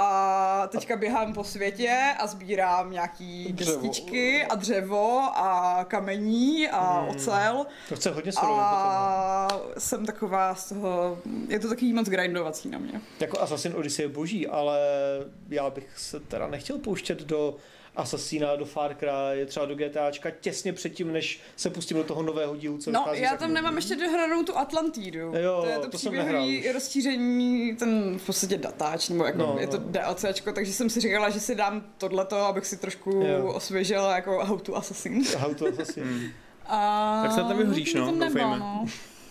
A teďka běhám po světě a sbírám nějaký destičky a dřevo a kamení a hmm. ocel. To chce hodně surovin a potom. Jsem taková z toho, je to takový moc grindovací na mě. Jako Assassin Odyssey je boží, ale já bych se teda nechtěl pouštět do Assassina, do Far Cry, třeba do GTAčka těsně předtím, než se pustím do toho nového dílu, co no, vychází. No, já tam nemám ještě dohranou tu Atlantidu. Jo, to je to, to příběhový rozšíření, ten v podstatě datáč, nebo jako no, je to no. DLCčko, takže jsem si říkala, že si dám tohleto, abych si trošku jo. osvěžila jako How to Assassin. How to Assassin. A... Tak se tam vyhoříš, no, doufejme. No.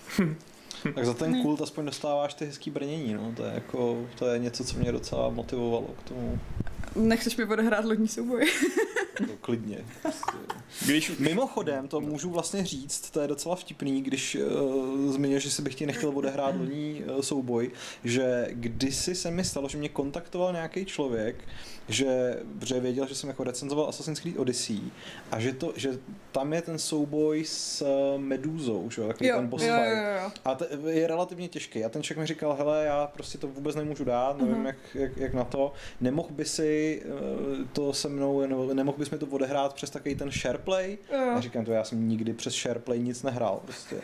Tak za ten kult aspoň dostáváš ty hezký brnění, no, to je jako, to je něco, co mě docela motivovalo k tomu. Nechceš mi odehrát lodní souboj? No, klidně. Prostě. Když... Mimochodem, to můžu vlastně říct, to je docela vtipný, když uh, zmiňuješ, že si bych ti nechtěl odehrát lodní uh, souboj, že kdysi se mi stalo, že mě kontaktoval nějaký člověk, že, že věděl, že jsem jako recenzoval Assassin's Creed Odyssey a že, to, že tam je ten souboj s Medúzou, že? Takový jo, ten boss jo, fight. Jo, jo. A to je relativně těžký. A ten člověk mi říkal, hele, já prostě to vůbec nemůžu dát, nevím, uh-huh. jak, jak, jak na to. Nemohl by si to se mnou, nemohl bys mi to odehrát přes takový ten SharePlay? Uh-huh. A říkám to, já jsem nikdy přes SharePlay nic nehrál. Prostě.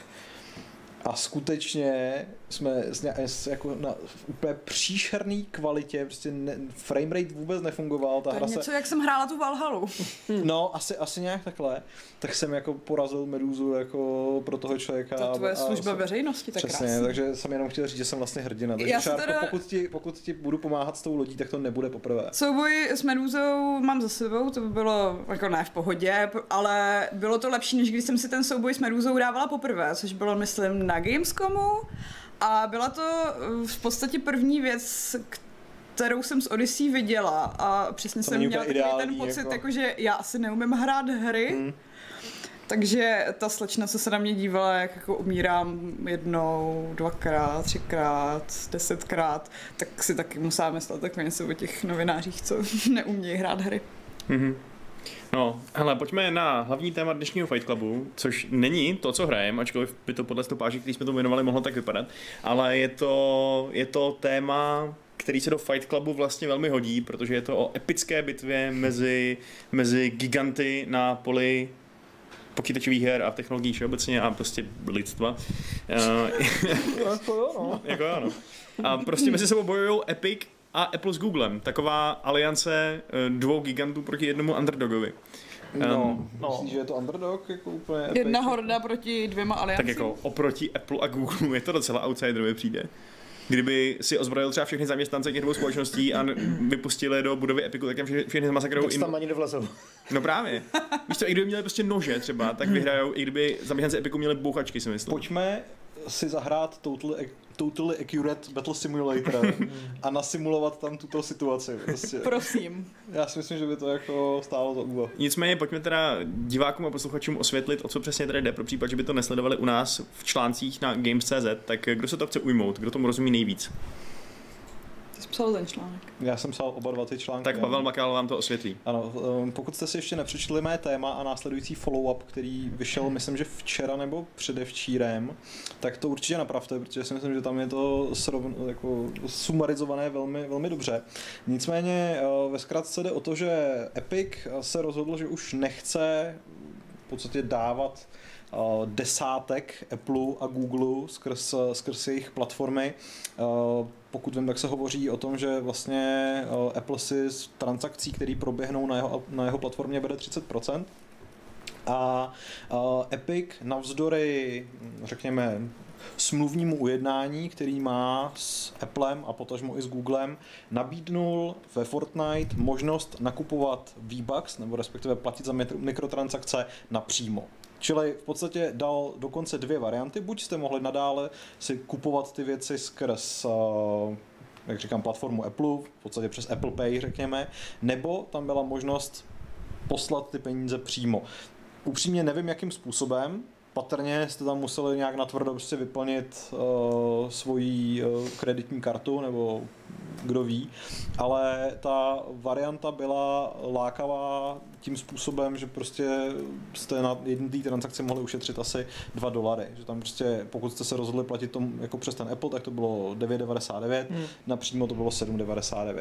A skutečně jsme s jako na úplně příšerný kvalitě, prostě ne, framerate vůbec nefungoval. Ta to je hra něco, se... jak jsem hrála tu Valhalu. No, asi, asi nějak takhle. Tak jsem jako porazil Medúzu jako pro toho člověka. To tvoje služba a, veřejnosti, tak přesně, krásný. takže jsem jenom chtěl říct, že jsem vlastně hrdina. Takže Šárko, teda... pokud, ti, pokud ti budu pomáhat s tou lodí, tak to nebude poprvé. Souboj s Medúzou mám za sebou, to by bylo jako ne v pohodě, ale bylo to lepší, než když jsem si ten souboj s Medúzou dávala poprvé, což bylo, myslím, na Gamescomu. A byla to v podstatě první věc, kterou jsem z Odyssey viděla a přesně to jsem měla takový ten pocit, jako... Jako, že já asi neumím hrát hry, hmm. takže ta slečna, co se na mě dívala, jak jako umírám jednou, dvakrát, třikrát, desetkrát, tak si taky musela myslet takové něco o těch novinářích, co neumějí hrát hry. Mm-hmm. No, hele, pojďme na hlavní téma dnešního Fight Clubu, což není to, co hrajeme, ačkoliv by to podle stopáží, který jsme tomu věnovali, mohlo tak vypadat, ale je to, je to téma který se do Fight Clubu vlastně velmi hodí, protože je to o epické bitvě mezi, mezi giganty na poli počítačových her a technologií všeobecně a prostě lidstva. Jako jo, no. Jako jo, no. A prostě mezi sebou bojují Epic a Apple s Googlem. Taková aliance dvou gigantů proti jednomu underdogovi. No, Um, no. myslíš, že je to underdog jako úplně epic? Jedna horda proti dvěma aliancím. tak jako oproti Apple a Google je to docela outsiderově přijde. Kdyby si ozbrojil třeba všechny zaměstnance těch dvou společností a vypustili do budovy Epiku, tak jim všechny, všechny zmasakrujou. Tak tam ani nevlezou. No právě. Víš co, i kdyby měli prostě nože třeba, tak vyhrajou, i kdyby zaměstnanci Epiku měli bouchačky, si myslím. Pojďme si zahrát Totally, totally Accurate Battle Simulator a nasimulovat tam tuto situaci. Prostě. Prosím. Já si myslím, že by to jako stálo za úvahu. Nicméně pojďme teda divákům a posluchačům osvětlit, o co přesně tady jde, pro případ, že by to nesledovali u nás v článcích na Games tečka cé zet, tak kdo se to chce ujmout, kdo tomu rozumí nejvíc? Ty jsi psal ten článek. Já jsem psal oba dva ty články. Tak Pavel Makál vám to osvětlí. Ano, pokud jste si ještě nepřečetli mé téma a následující follow-up, který vyšel, myslím, že včera nebo předevčírem, tak to určitě napravte, protože si myslím, že tam je to srovn, jako sumarizované velmi, velmi dobře. Nicméně ve zkratce jde o to, že Epic se rozhodl, že už nechce v podstatě dávat desátek Apple a Google skrz, skrz jejich platformy. Pokud vím, tak se hovoří o tom, že vlastně Apple si z transakcí, které proběhnou na jeho, na jeho platformě, bere třicet procent. A Epic navzdory, řekněme, smluvnímu ujednání, který má s Applem a potažmo i s Googlem, nabídnul ve Fortnite možnost nakupovat V-Bucks, nebo respektive platit za mikrotransakce napřímo. Čili v podstatě dal dokonce dvě varianty. Buď jste mohli nadále si kupovat ty věci skrz, jak říkám, platformu Apple, v podstatě přes Apple Pay, řekněme, nebo tam byla možnost poslat ty peníze přímo. Upřímně nevím, jakým způsobem. Patrně jste tam museli nějak natvrdo prostě vyplnit uh, svoji uh, kreditní kartu, nebo kdo ví, ale ta varianta byla lákavá tím způsobem, že prostě jste na jedné té transakci mohli ušetřit asi dva dolary, že tam prostě, pokud jste se rozhodli platit tomu jako přes ten Apple, tak to bylo devět devadesát devět, hmm. napřímo to bylo sedm devadesát devět.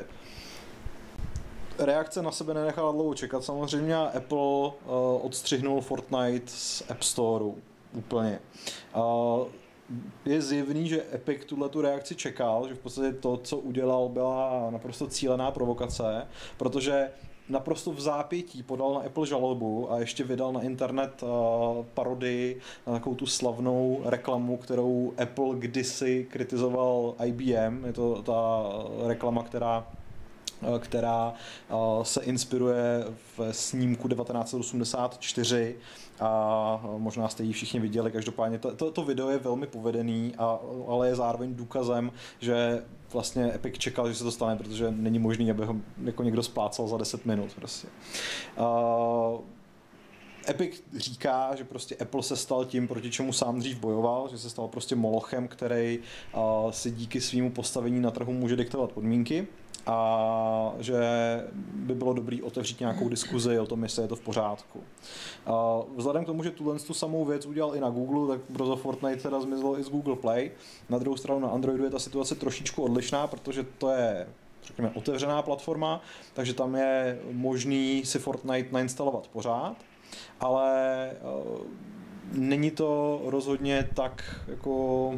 Reakce na sebe nenechala dlouho čekat. Samozřejmě Apple uh, odstřihnul Fortnite z App Storeu úplně. Uh, je zjevný, že Epic tuhletu reakci čekal, že v podstatě to, co udělal, byla naprosto cílená provokace, protože naprosto v zápětí podal na Apple žalobu a ještě vydal na internet uh, parodii na takovou tu slavnou reklamu, kterou Apple kdysi kritizoval I B M. Je to ta reklama, která která se inspiruje v snímku devatenáct set osmdesát čtyři a možná jste ji všichni viděli, každopádně to, to, to video je velmi povedený, a, ale je zároveň důkazem, že vlastně Epic čekal, že se to stane, protože není možný, aby ho jako někdo splácal za deset minut. Prostě. Uh, Epic říká, že prostě Apple se stal tím, proti čemu sám dřív bojoval, že se stal prostě molochem, který uh, si díky svému postavení na trhu může diktovat podmínky, a že by bylo dobré otevřít nějakou diskuzi o tom, jestli je to v pořádku. Vzhledem k tomu, že tuhle tu samou věc udělal i na Google, tak brzo Fortnite teda zmizlo i z Google Play. Na druhou stranu na Androidu je ta situace trošičku odlišná, protože to je, řekněme, otevřená platforma, takže tam je možný si Fortnite nainstalovat pořád, ale není to rozhodně tak jako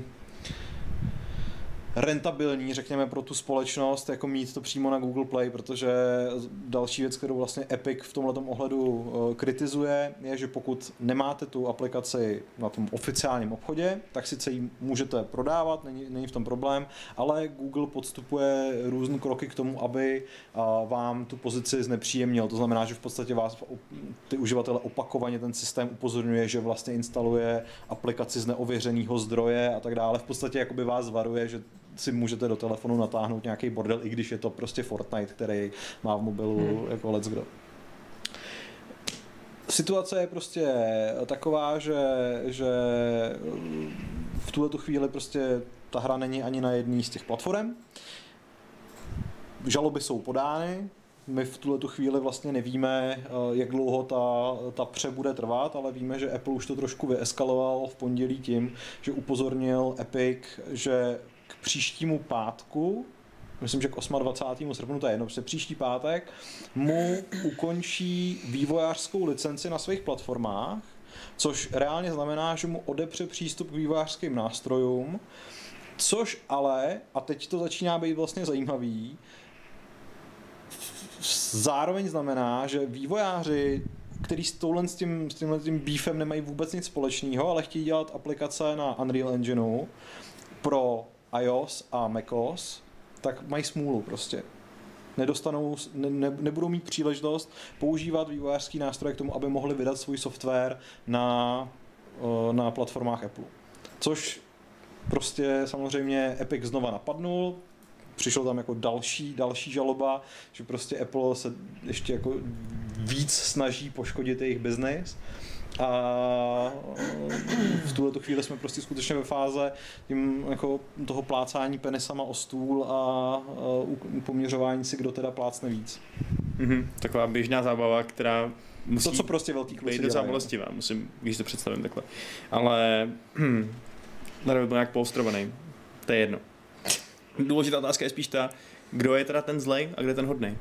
rentabilní, řekněme, pro tu společnost, jako mít to přímo na Google Play, protože další věc, kterou vlastně Epic v tomhletom ohledu kritizuje, je, že pokud nemáte tu aplikaci na tom oficiálním obchodě, tak sice ji můžete prodávat, není, není v tom problém, ale Google podstupuje různé kroky k tomu, aby vám tu pozici znepříjemnil. To znamená, že v podstatě vás ty uživatele opakovaně ten systém upozorňuje, že vlastně instaluje aplikaci z neověřeného zdroje a tak dále. V podstatě jakoby vás varuje, že si můžete do telefonu natáhnout nějaký bordel, i když je to prostě Fortnite, který má v mobilu hmm. jako let's go. Situace je prostě taková, že, že v tuhletu chvíli prostě ta hra není ani na jedné z těch platform. Žaloby jsou podány, my v tuhletu chvíli vlastně nevíme, jak dlouho ta, ta pře bude trvat, ale víme, že Apple už to trošku vyeskaloval v pondělí tím, že upozornil Epic, že k příštímu pátku myslím, že k dvacátého osmého srpnu, to je jedno, prostě příští pátek, mu ukončí vývojářskou licenci na svých platformách, což reálně znamená, že mu odepře přístup k vývojářským nástrojům, což ale, a teď to začíná být vlastně zajímavý, zároveň znamená, že vývojáři, který s, touhle, s, tím, s tímhle tím beefem nemají vůbec nic společného, ale chtějí dělat aplikace na Unreal Engineu pro iOS a macOS, tak mají smůlu prostě. Nedostanou, ne, ne, nebudou mít příležitost používat vývojářský nástroje k tomu, aby mohli vydat svůj software na, na platformách Apple. Což prostě samozřejmě Epic znova napadnul, přišlo tam jako další, další žaloba, že prostě Apple se ještě jako víc snaží poškodit jejich biznis. A v tuhleto chvíli jsme prostě skutečně ve fáze tím jako toho plácání penisama o stůl a poměřování si, kdo teda plácne víc. Mm-hmm. Taková běžná zábava, která musí to, co prostě velký kluci být docela bolestivá, musím, když to představím takhle. Ale hm, tady by byl nějak polstrovaný. To je jedno. Důležitá otázka je spíš ta, kdo je teda ten zlej a kde ten hodnej.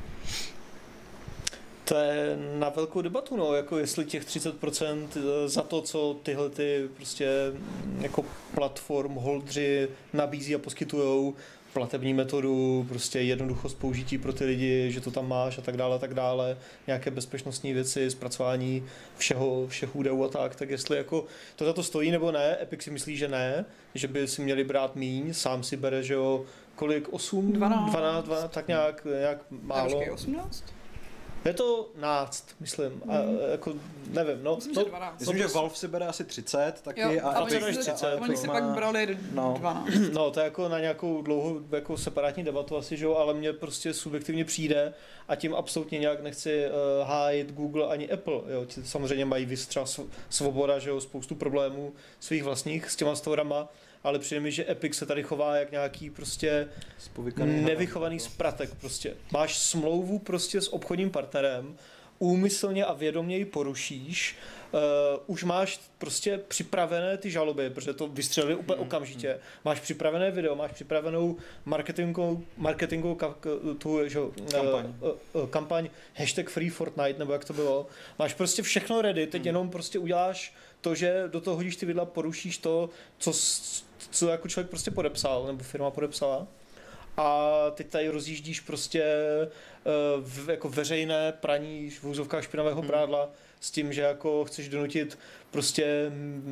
To je na velkou debatu, no, jako jestli těch třicet procent za to, co tyhle ty prostě jako platform holdři nabízí a poskytujou, platební metodu, prostě jednoduchost použití pro ty lidi, že to tam máš a tak dále, a tak dále, nějaké bezpečnostní věci, zpracování všeho, všech údajů a tak, tak jestli jako to za to stojí nebo ne, Epic si myslí, že ne, že by si měli brát míň, sám si bere, že jo, kolik, osm, dvanáct, dvanáct, dvanáct tak nějak, nějak málo. osmnáct? Je to náct, myslím, a mm. jako nevím, no. Myslím, to, že dvanáct. Myslím, že Valve si bere asi třicet taky jo, a ale Epic oni, třicet, oni si má... pak brali no. dvanáct. No, to je jako na nějakou dlouhou jako separátní debatu asi, že jo, ale mně prostě subjektivně přijde a tím absolutně nějak nechci uh, hájit Google ani Apple, jo, ti samozřejmě mají vystřa svoboda, že jo, spoustu problémů svých vlastních s těma storama, ale přijde mi, že Epic se tady chová jak nějaký prostě nevychovaný spratek prostě. Máš smlouvu prostě s obchodním partnerem, úmyslně a vědomě ji porušíš, uh, už máš prostě připravené ty žaloby, protože to vystřelili úplně mm. okamžitě, máš připravené video, máš připravenou marketingovou, marketingovou ka, tu, že, kampaň. Uh, uh, kampaň hashtag Free Fortnite, nebo jak to bylo, máš prostě všechno ready, teď mm. jenom prostě uděláš to, že do toho hodíš ty videa, porušíš to, co, co jako člověk prostě podepsal, nebo firma podepsala. A teď tady rozjíždíš prostě uh, v, jako veřejné praní v úzovkách špinavého hmm. prádla s tím, že jako chceš donutit prostě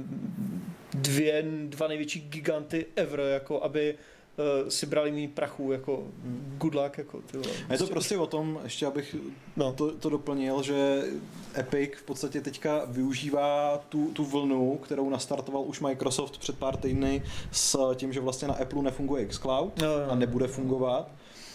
dvě, dva největší giganty ever, jako aby uh, si brali méně prachu, jako good luck, jako ty vole. A je to prostě o tom, ještě abych no. to, to doplnil, že Epic v podstatě teďka využívá tu, tu vlnu, kterou nastartoval už Microsoft před pár týdny s tím, že vlastně na Apple nefunguje xCloud no, no, a nebude fungovat.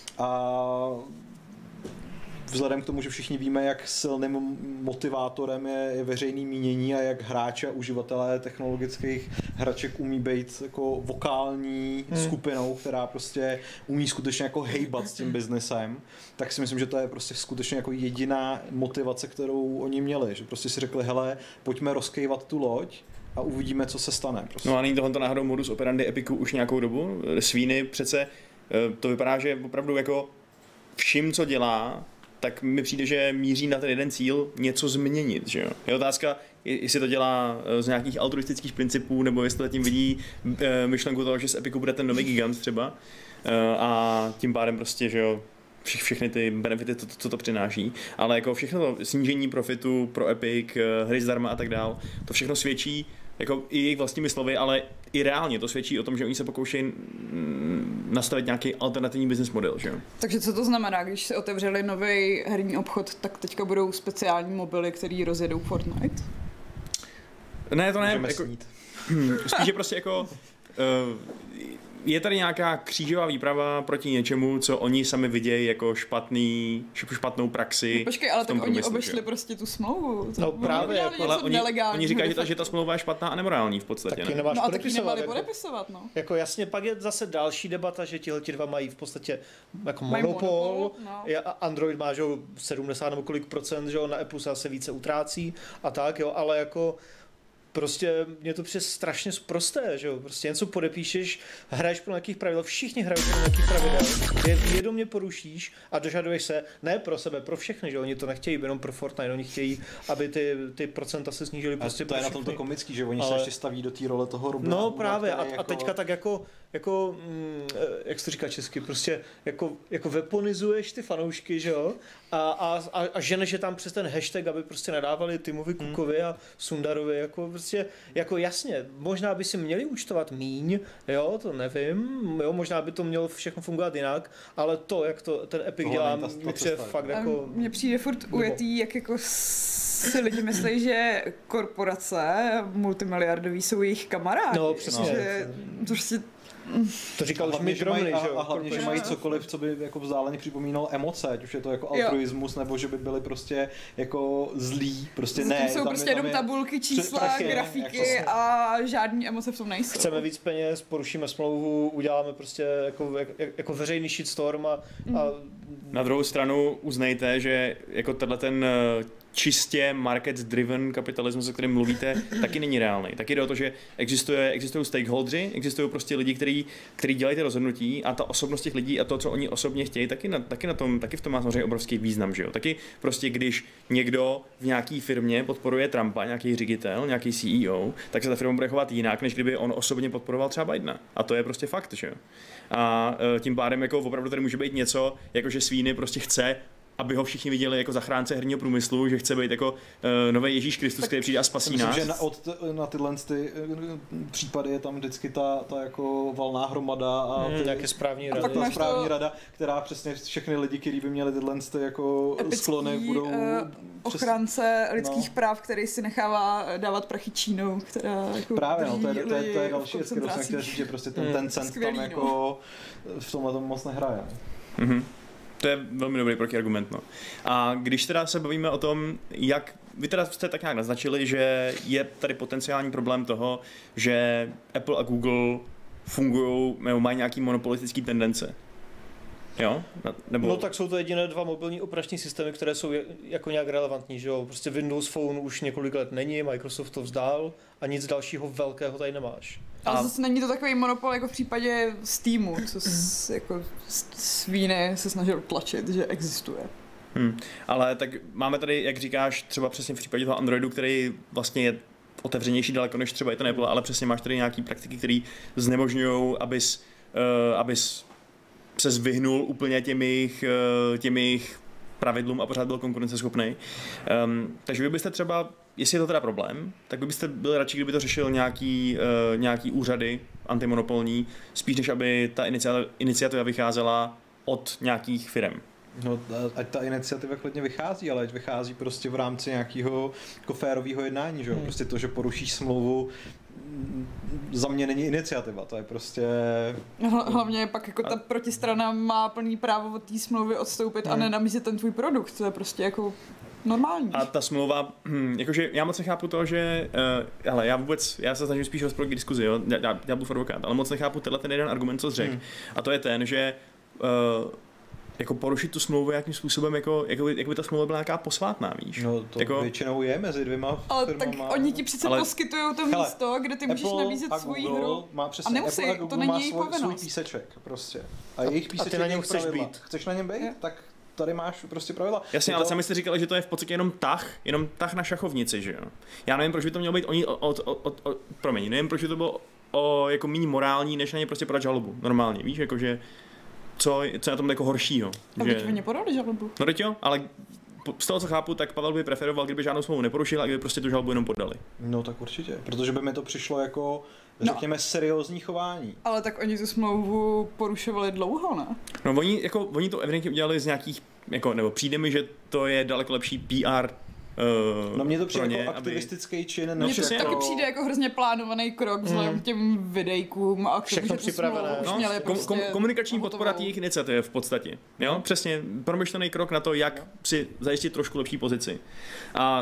A vzhledem k tomu, že všichni víme, jak silným motivátorem je, je veřejný mínění a jak hráči a uživatelé technologických hraček umí být jako vokální hmm. skupinou, která prostě umí skutečně jako hejbat s tím biznesem, tak si myslím, že to je prostě skutečně jako jediná motivace, kterou oni měli. Že prostě si řekli, hele, pojďme rozkejvat tu loď a uvidíme, co se stane. Prostě. No a není tohle náhodou modus operandi Epicu už nějakou dobu? Svíny přece, to vypadá, že opravdu jako vším, co dělá, tak mi přijde, že míří na ten jeden cíl něco změnit, že jo. Je otázka, jestli to dělá z nějakých altruistických principů, nebo jestli zatím vidí myšlenku toho, že z Epicu bude ten nový gigant třeba a tím pádem prostě, že jo, vše, všechny ty benefity, to, to, co to přináší, ale jako všechno to snížení profitu pro Epic, hry zdarma a tak dál, to všechno svědčí jako i jejich vlastními slovy, ale i reálně to svědčí o tom, že oni se pokoušejí nastavit nějaký alternativní business model, že jo? Takže co to znamená, když se otevřeli nový herní obchod, tak teďka budou speciální mobily, který rozjedou Fortnite? Ne, to ne, jako, spíš prostě jako uh, je tady nějaká křížová výprava proti něčemu, co oni sami vidějí jako špatný, špatnou praxi. No, počkej, ale tak oni průmyslu, obešli že? prostě tu smlouvu. No právě, jako, ale oni, oni říkají, že ta, že ta smlouva je špatná a nemorální v podstatě. Taky ne? nemáš no a taky nemali jako, podepisovat, no. Jako jasně, pak je zase další debata, že tihleti dva mají v podstatě jako mají monopol, monopol no. Android má, že sedmdesát nebo kolik procent, že na Apple se zase více utrácí a tak, jo, ale jako Prostě mě to přes strašně prosté, že jo, prostě něco podepíšeš, hraješ pro nějakých pravidel, všichni hrají pro nějakých pravidel, je vědomě porušíš a dožaduješ se, ne pro sebe, pro všechny, že oni to nechtějí jenom pro Fortnite, oni chtějí, aby ty, ty procenta se snížily prostě to je na tomto komický, že oni ale... se ještě staví do té role toho Robina. No právě a, jako... a teďka tak jako, jako mm, jak se to říká česky, prostě jako, jako weaponizuješ ty fanoušky, že jo, a, a, a ženeš je tam přes ten hashtag, aby prostě nadávali Timovi Cookovi hmm. a Sundarovi, jako prostě, jako jasně, možná by si měli účtovat míň, jo, to nevím, jo, možná by to mělo všechno fungovat jinak, ale to, jak to ten Epic Tohle dělá, mi přijde fakt jako... Mně přijde furt ujetý, jak jako si lidi myslí, že korporace multimiliardový jsou jejich kamarádi. No, přesně. Že to prostě... To říkal už Mitt Romney, že jo? A hlavně, že mají cokoliv, co by jako vzdáleně připomínalo emoce, ať už je to jako altruismus, jo. nebo že by byli prostě jako zlí, prostě Zatím ne. jsou tam prostě je, jenom je, tabulky, čísla, prachy, grafiky jako a žádný emoce v tom nejsou. Chceme víc peněz, porušíme smlouvu, uděláme prostě jako, jako, jako veřejný shitstorm a, mm. a... Na druhou stranu uznejte, že jako tenhle ten čistě market-driven kapitalismus, o kterém mluvíte, taky není reálný. Taky jde o to, že existuje, existují stakeholdři, existují prostě lidi, kteří, kteří dělají ty rozhodnutí a ta osobnost těch lidí a to, co oni osobně chtějí, taky, na, taky, na tom, taky v tom má samozřejmě obrovský význam. Že jo? Taky prostě, když někdo v nějaké firmě podporuje Trumpa, nějaký ředitel, nějaký C E O, tak se ta firma bude chovat jinak, než kdyby on osobně podporoval třeba Bidena. A to je prostě fakt, že jo. A tím pádem jako opravdu tady může být něco, jako že Sweeney prostě chce, aby ho všichni viděli jako zachránce herního průmyslu, že chce být jako uh, nový Ježíš Kristus, který přijde a spasí nás. Myslím, že na, od, na tyhle ty případy je tam vždycky ta, ta jako valná hromada a hmm, ty, nějaké správní rada. rada. Ta správní to... rada, která přesně všechny lidi, kteří by měli tyhle ty jako epický, sklony, budou... Uh, ochránce přes... lidských no. práv, který si nechává dávat prachy Čínou, která jako právě, no, to je, to je, to je další věc, kterou jsem chtěl říct, že prostě ten, hmm. ten cent Skvělý, tam jako no. v tomhle tom moc nehraje. Mm-hmm. To je velmi dobrý protiargument. No. A když teda se bavíme o tom, jak vy teda jste tak nějak naznačili, že je tady potenciální problém toho, že Apple a Google fungují, nebo mají nějaký monopolistický tendence. Jo? Nebo... No tak jsou to jediné dva mobilní operační systémy, které jsou jako nějak relevantní, že jo? Prostě Windows Phone už několik let není, Microsoft to vzdál a nic dalšího velkého tady nemáš. Ale a... zase není to takový monopol jako v případě Steamu, co s, jako Sweeney se snažil tlačit, že existuje. Hmm. Ale tak máme tady, jak říkáš, třeba přesně v případě toho Androidu, který vlastně je otevřenější daleko než třeba i ten Apple, ale přesně máš tady nějaký praktiky, které znemožňují, abys, uh, abys se zvyhnul úplně těm jejich, těm jejich pravidlům a pořád byl konkurenceschopný. Um, takže vy byste třeba, jestli je to teda problém, tak vy byste byli radši, kdyby to řešil nějaký, uh, nějaký úřady antimonopolní, spíš než aby ta iniciativa, iniciativa vycházela od nějakých firem. No, ať ta iniciativa klidně vychází, ale ať vychází prostě v rámci nějakého jako férového jednání, že jo? Hmm. Prostě to, že porušíš smlouvu, za mě není iniciativa, to je prostě... Hlavně pak jako ta protistrana má plný právo od té smlouvy odstoupit hmm. a nenabízet ten tvůj produkt, to je prostě jako normální. A ta smlouva, hm, jakože já moc nechápu to, že, uh, ale já vůbec, já se snažím spíš rozproti diskuzi, jo, já, já budu advokát, ale moc nechápu tenhle ten jeden argument, co řekl, hmm. a to je ten, že uh, jako porušit tu smlouvu nějakým způsobem, jako, jako, jako by ta smlouva byla nějaká posvátná, víš? No to jako, většinou je mezi dvěma ale firmama. Tak oni ti přece ale, poskytují to hele, místo, kde ty můžeš Apple nabízet svoji hru. Má přesně, a nemusí, Apple a Google to není má její svůj, povinnost. svůj píseček prostě. A jejich píseček a ty na něm chceš pravidla. být. Chceš na něm být? Je. Tak tady máš prostě pravidla. Jasně, ale to... sami jste říkali, že to je v podstatě jenom tah, jenom tah na šachovnici, že jo? Já nevím, proč by to mělo být oni od, od, od, od promiň, nevím, proč by to bylo o, jako méně morální, než na ně prostě podat žalobu. Normálně, víš, jakože co, co je na tom jako horšího. A že... oni podali žalobu. No teď jo, ale z toho, co chápu, tak Pavel by preferoval, kdyby žádnou smlouvu neporušil a kdyby prostě tu žalobu jenom podali. No tak určitě, protože by mi to přišlo jako, řekněme, no. seriózní chování. Ale tak oni tu smlouvu porušovali dlouho, ne? No oni, jako, oni to evidentně udělali z nějakých, jako, nebo přijde mi, že to je daleko lepší P R. Uh, no mně to přijde ně, jako aktivistický aby... čin. Mně to taky přijde jako hrozně plánovaný krok vzhledem mm. k těm videjkům a k tomu, že tu smlouvu už měli kom, prostě kom, komunikační podpora těch iniciativ v podstatě. Jo? Mm. Přesně, promyšlený krok na to, jak si zajistit trošku lepší pozici. A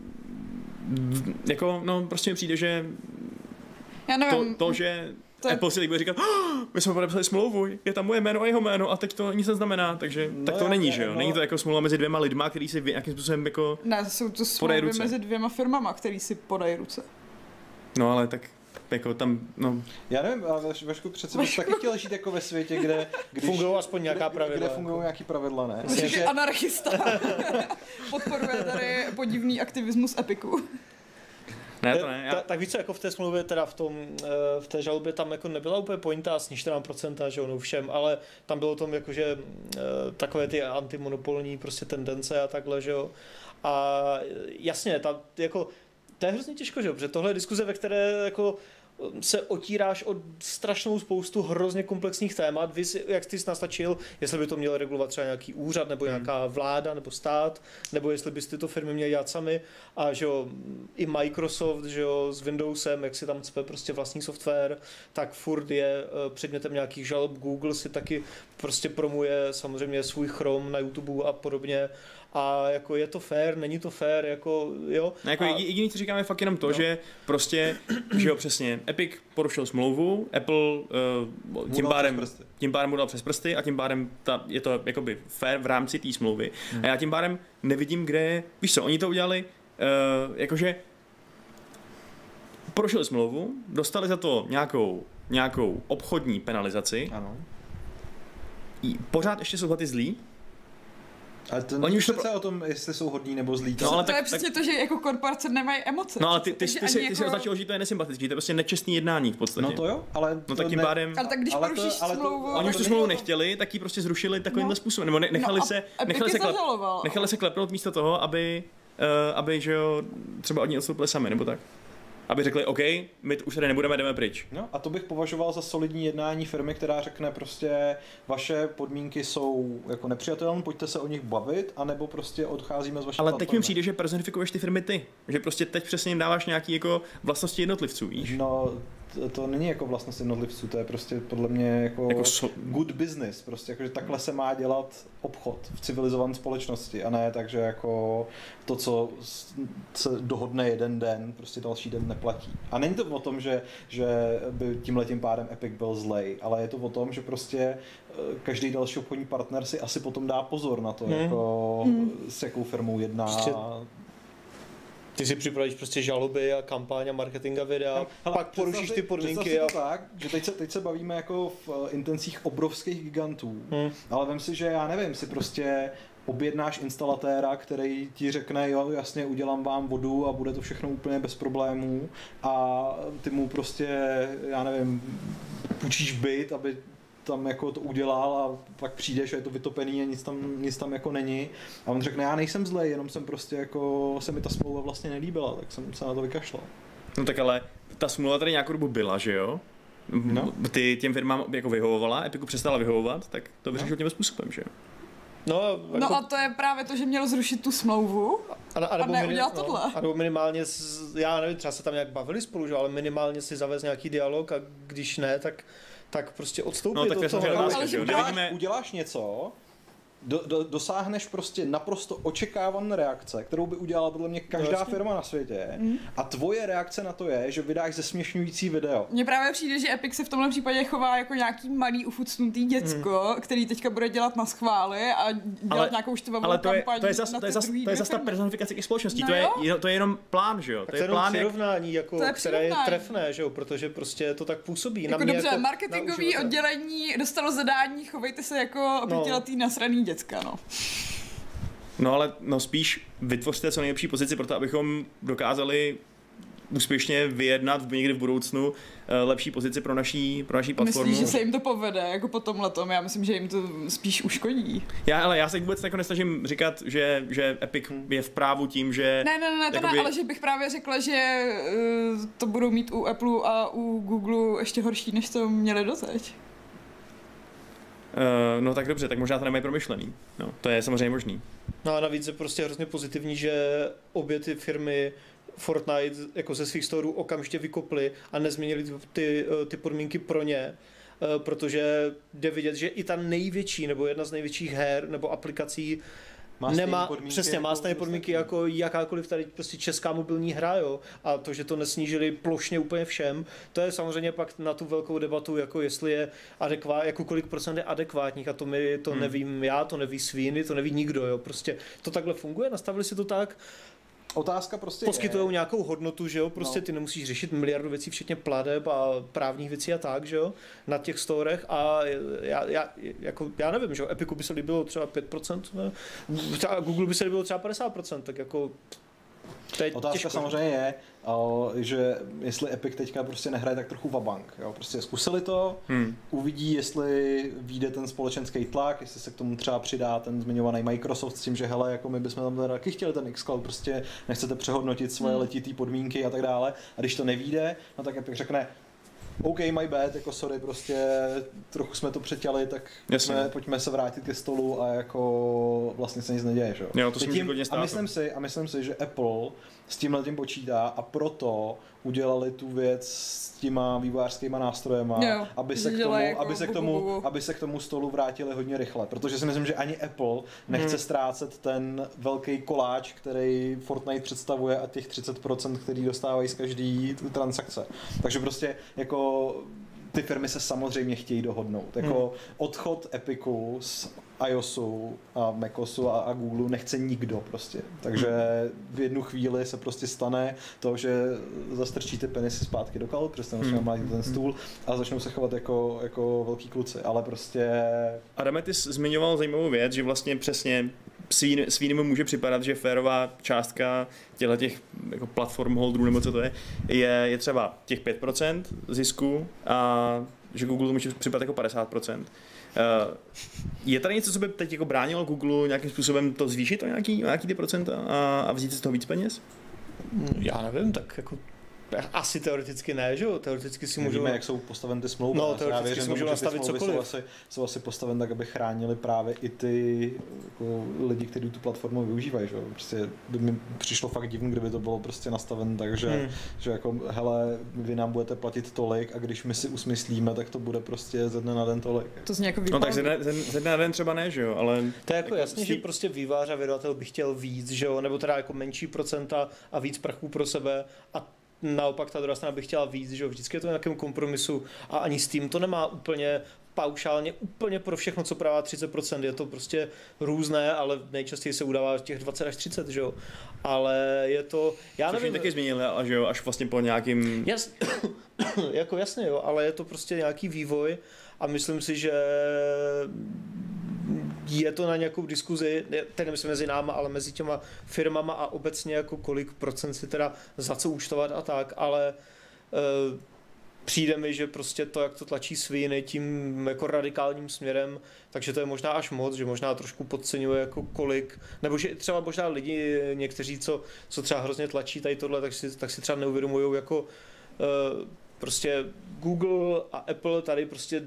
jako, no prostě mi přijde, že já nevím, to, to že to je... Apple si bude říkat, oh, my jsme podepsali smlouvu, je tam moje jméno a jeho jméno a teď to nic neznamená, takže no tak to není, že jo? No. Není to jako smlouva mezi dvěma lidma, který si nějakým způsobem jako ne, jsou to smlouvy mezi dvěma firmama, který si podají ruce. No ale tak jako tam, no... Já nevím, ale Vašku, přece bys taky chtěl žít jako ve světě, kde... Když, fungují aspoň nějaká kde, pravidla. Kde fungují nějaký pravidla, ne? Myslím, že anarchista podporuje tady podivný aktivismus Epiku. Ne, to ne. Já... Ta, tak víc co, jako v té smlouvě, teda v, tom, v té žalobě tam jako nebyla úplně pointa, snižte nám procenta, že ono všem, ale tam bylo tom jakože takové ty antimonopolní prostě tendence a takhle, že jo. A jasně, tam jako, to je hrozně těžko, že jo, protože tohle je diskuze, ve které jako se otíráš o strašnou spoustu hrozně komplexních témat. Vy, jak ty jsi nastačil, jestli by to měl regulovat třeba nějaký úřad, nebo nějaká vláda, nebo stát, nebo jestli bys ty to firmy měly dělat sami. A že jo, i Microsoft, že jo, s Windowsem, jak si tam cpe prostě vlastní software, tak furt je předmětem nějakých žalob. Google si taky prostě promuje samozřejmě svůj Chrome na YouTube a podobně. A jako je to fair, není to fair, jako jo. No, jako a... jediný, co říkáme, je fakt jenom to, no. že prostě, že jo, přesně, Epic porušil smlouvu, Apple uh, tím pádem, tím pádem mu dal přes prsty a tím pádem ta, je to jakoby fair v rámci té smlouvy. Hmm. A já tím pádem nevidím, kde je, víš co, oni to udělali, uh, jakože porušili smlouvu, dostali za to nějakou, nějakou obchodní penalizaci. Ano. Pořád ještě jsou za ty zlí. Ale to není přece o tom, jestli jsou hodní nebo zlí. No, ale to tak, je přesně tak... to, že jako korporace nemají emoce. No ale ty, ty, ty, ty, ty, ty jako... si označil, že to je nesympatický, to je prostě nečestný jednání v podstatě. No to jo, ale... No tak tím ne... pádem... Ale tak když ale porušíš to, ale smlouvu... To, Oni už tu to smlouvu to... nechtěli, tak ji prostě zrušili takovýmhle no. způsobem. Nebo ne, nechali, no, se, a nechali, se klep, zažaloval. nechali se klepnout místo toho, aby, uh, aby že jo, třeba od ní odstoupili sami, nebo tak. Aby řekli, OK, my už tady nebudeme, jdeme pryč. No a to bych považoval za solidní jednání firmy, která řekne prostě, vaše podmínky jsou jako nepřijatelné, pojďte se o nich bavit, anebo prostě odcházíme z vaší Ale platformy. teď mi přijde, že personifikuješ ty firmy ty. Že prostě teď přesně jim dáváš nějaký jako vlastnosti jednotlivců, víš? No, to, to není jako vlastnost jednotlivců, to je prostě podle mě jako, jako so... good business, prostě jakože takhle se má dělat obchod v civilizované společnosti a ne takže jako to, co se dohodne jeden den, prostě další den neplatí. A není to o tom, že, že by tímhletím pádem Epic byl zlej, ale je to o tom, že prostě každý další obchodní partner si asi potom dá pozor na to, hmm. jako hmm. s jakou firmou jedná. Prostě... Ty si připravíš prostě žaloby a kampaň a marketing a videa, no, hele, pak porušíš ty podmínky. A... to tak, že teď se, teď se bavíme jako v intencích obrovských gigantů, hmm. ale vem si, že já nevím, si prostě objednáš instalatéra, který ti řekne, jo, jasně, udělám vám vodu a bude to všechno úplně bez problémů a ty mu prostě, já nevím, půjčíš byt, aby tam jako to udělal a pak přijdeš a je to vytopený a nic tam, nic tam jako není. A on řekne, já nejsem zlej, jenom jsem prostě jako, se mi ta smlouva vlastně nelíbila, tak jsem se na to vykašlal. No tak ale ta smlouva tady nějakou dobu byla, že jo? No. Ty těm firmám jako vyhovovala, Epiku přestala vyhovovat, tak to vyřešil no. tím způsobem, že jo? No, jako... no a to je právě to, že měl zrušit tu smlouvu a, a, a neudělat minim, tohle. No, a nebo minimálně, já nevím, třeba se tam nějak bavili spolu, že? Ale minimálně si zavést nějaký dialog a když ne, tak tak prostě odstoupit no, tak od toho. Otázka, ale že uděláš, uděláš něco, do, do, dosáhneš prostě naprosto očekávané reakce, kterou by udělala podle mě každá no, firma na světě mm. a tvoje reakce na to je, že vydáš zesměšňující video. Mně právě přijde, že Epic se v tomhle případě chová jako nějaký malý ufucnutý děcko, mm. který teďka bude dělat na schvály a dělat ale, nějakou štvavou kampaň. To je zas, to je zas, to je zas ta personifikace těch společností, no to, je, to je jenom plán, že jo? To je plán přirovnání, jako, to je které je trefné, že jo? Protože prostě to tak působí. Jako na mě dobře, jako marketingový oddělení dostalo zadání, chovejte se jako pětiletý no. nasraný děcka, no. No ale no spíš vytvořte co nejlepší pozici pro to, abychom dokázali úspěšně vyjednat někdy v budoucnu uh, lepší pozici pro naší, pro naší platformu. Myslíš, že se jim to povede jako po tomhletom? Já myslím, že jim to spíš uškodí. Já, ale já se vůbec jako nesnažím říkat, že, že Epic je v právu tím, že... Ne, ne, ne, to jakoby... ne, ale že bych právě řekla, že uh, to budou mít u Apple a u Google ještě horší, než to měli doteď. Uh, no tak dobře, tak možná to nemají promyšlený. No, to je samozřejmě možný. No a navíc je prostě hrozně pozitivní, že obě ty firmy Fortnite jako ze svých storů okamžitě vykoply a nezměnili ty, ty podmínky pro ně, protože jde vidět, že i ta největší nebo jedna z největších her nebo aplikací má nemá, přesně, má stejné podmínky jako jakákoliv tady prostě česká mobilní hra, jo. A to, že to nesnížili plošně úplně všem, to je samozřejmě pak na tu velkou debatu, jako jestli je adekvát, jako kolik procent je adekvátních a to my to hmm. nevím já, to neví Svíny, to neví nikdo, jo. Prostě to takhle funguje, nastavili si to tak. Otázka prostě poskytujou je... nějakou hodnotu, že jo, prostě no. ty nemusíš řešit miliardu věcí, včetně pladeb a právních věcí a tak, že jo, na těch storech a já, já, jako, já nevím, že jo, Epicu by se líbilo třeba pět procent, ne? Třeba Google by se líbilo třeba padesát procent, tak jako to je Otázka těžko. samozřejmě je, o, že jestli Epic teďka prostě nehraje tak trochu vabank, jo, prostě zkusili to, hmm. uvidí, jestli vyjde ten společenský tlak, jestli se k tomu třeba přidá ten zmiňovaný Microsoft s tím, že hele, jako my bychom tam taky chtěli ten xCloud, prostě nechcete přehodnotit svoje hmm. letitý podmínky a tak dále, a když to nevyjde, no tak Epic řekne, OK, my bad, jako sorry, prostě trochu jsme to přetěli, tak pojďme, pojďme se vrátit ke stolu a jako vlastně se nic neděje, že jo? To se může hodně stát. A myslím si, a myslím si, že Apple s tímhletím počítá a proto udělali tu věc s těma vývojářskýma nástrojema, jo, aby se, k tomu, jako aby, se k tomu, aby se k tomu stolu vrátili hodně rychle, protože si myslím, že ani Apple nechce hmm. ztrácet ten velký koláč, který Fortnite představuje a těch třicet procent, který dostávají z každý transakce. Takže prostě jako ty firmy se samozřejmě chtějí dohodnout. Jako hmm. odchod Epicu z iOSu a macosu a, a Googleu nechce nikdo prostě. Takže v jednu chvíli se prostě stane to, že zastrčíte penisy zpátky do kalot, přestanou si namlátit ten stůl a začnou se chovat jako, jako velký kluci, ale prostě... Adame, ty jsi zmiňoval zajímavou věc, že vlastně přesně svým může připadat, že férová částka těchto těch jako platform holderů, nebo co to je, je, je třeba těch pět procent zisku a že Google to může připadat jako padesát procent. Uh, je tady něco, co by teď jako bránilo Google nějakým způsobem to zvýšit o nějaký, o nějaký ty procenta a, a vzít z toho víc peněz? Já nevím, tak jako asi teoreticky ne, že jo? Teoreticky si můžou... Nevíme, jak jsou postaveny ty smlouvy. No, teoreticky si můžou nastavit cokoliv. Jsou asi, jsou asi postaveny tak, aby chránili právě i ty jako, lidi, kteří tu platformu využívají, že jo? Prostě by mi přišlo fakt divný, kdyby to bylo prostě nastaven tak, že, hmm. že jako, hele, vy nám budete platit tolik a když my si usmyslíme, tak to bude prostě ze dne na den tolik. To zní jako No tak ze dne, ze dne na den třeba ne, že jo, ale... To je jako, jako jasně, si... že prostě vývář a vydavatel by chtěl víc, že jo, nebo teda jako menší procenta a víc prachů pro sebe a naopak ta druhá strana by chtěla víc, že jo, vždycky je to nějakém kompromisu a ani Steam to nemá úplně paušálně úplně pro všechno, co právě třicet procent, je to prostě různé, ale nejčastěji se udává těch dvacet až třicet, že jo, ale je to, já Což nevím. taky změnili, že jo, až vlastně po nějakým... Jas... jako jasně, jo, ale je to prostě nějaký vývoj a myslím si, že je to na nějakou diskuzi, tedy nemyslím mezi náma, ale mezi těma firmama a obecně jako kolik procent si teda za co účtovat a tak, ale e, přijde mi, že prostě to, jak to tlačí svíny tím jako radikálním směrem, takže to je možná až moc, že možná trošku podceňuje jako kolik, nebo že třeba možná lidi někteří, co, co třeba hrozně tlačí tady tohle, tak si, tak si třeba neuvědomují jako e, prostě Google a Apple tady prostě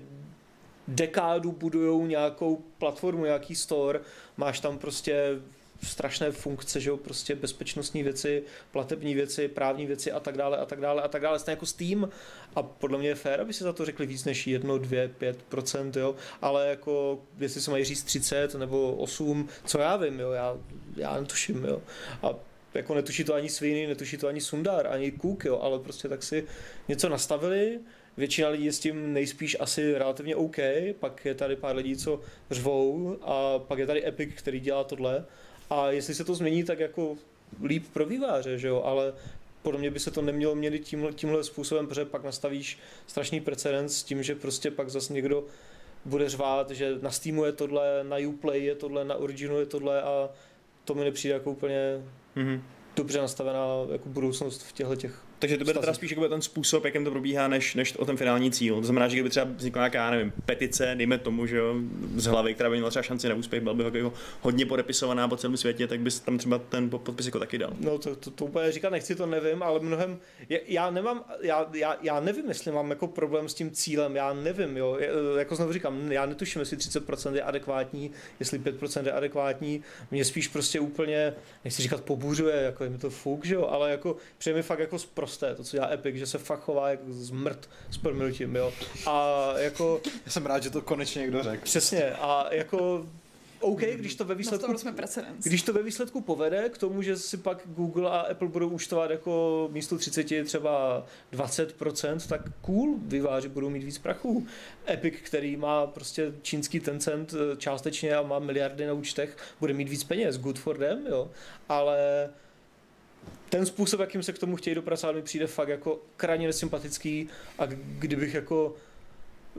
dekádu budujou nějakou platformu, nějaký store, máš tam prostě strašné funkce, že jo, prostě bezpečnostní věci, platební věci, právní věci a tak dále a tak dále a tak dále, stejně jako Steam a podle mě je fér, aby si za to řekli víc než jedno, dvě, pět procent, jo, ale jako jestli se mají říct třicet nebo osm, co já vím, jo, já, já netuším, jo, a jako netuší to ani Sweeney, netuší to ani Sundar, ani Cook, jo, ale prostě tak si něco nastavili. Většina lidí je s tím nejspíš asi relativně OK, pak je tady pár lidí, co řvou a pak je tady Epic, který dělá tohle a jestli se to změní, tak jako líp pro výváře, že jo, ale podle mě by se to nemělo měnit tímhle, tímhle způsobem, protože pak nastavíš strašný precedens s tím, že prostě pak zase někdo bude řvát, že na Steamu je tohle, na Uplay je tohle, na Originu je tohle a to mi nepřijde jako úplně mm-hmm. dobře nastavená jako budoucnost v těchto těch. Takže to bude teda spíš jako ten způsob, jakým to probíhá, než, než o ten finální cíl. To znamená, že kdyby třeba vznikla nějaká, já nevím, petice, dejme tomu, že jo, z hlavy, která by měla třeba šanci na úspěch, byla by jako hodně podepisovaná po celém světě, tak bys tam třeba ten podpis jako taky dal. No to, to, to úplně říkat nechci, to nevím, ale mnohem, já nemám, já, já, já nevím, jestli mám jako problém s tím cílem, já nevím, jo, jako znovu říkám, já netuším, jestli třicet procent je adekvátní, jestli pět procent je adekvátní, mě spíš prostě úplně, nechci říkat pobuřuje, jako je mi to fuk, že jo, ale jako přeje mi fakt jako prosté, to, co dělá Epic, že se fakt chová jako zmrt s prominutím, jo. A jako... Já jsem rád, že to konečně někdo řekl. Přesně, a jako... OK, když to ve výsledku, když to ve výsledku povede k tomu, že si pak Google a Apple budou účtovat jako místo třicet třeba dvacet procent, tak cool, výváři budou mít víc prachů. Epic, který má prostě čínský Tencent částečně a má miliardy na účtech, bude mít víc peněz, good for them, jo. Ale ten způsob, jakým se k tomu chtějí dopracovat, mi přijde fakt jako krajně nesympatický a kdybych jako uh,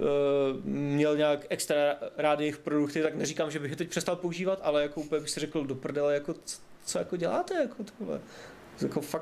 měl nějak extra rád jejich produkty, tak neříkám, že bych je teď přestal používat, ale jako úplně bych si řekl do prdele, jako co, co jako děláte, jako tohle. Jako fakt.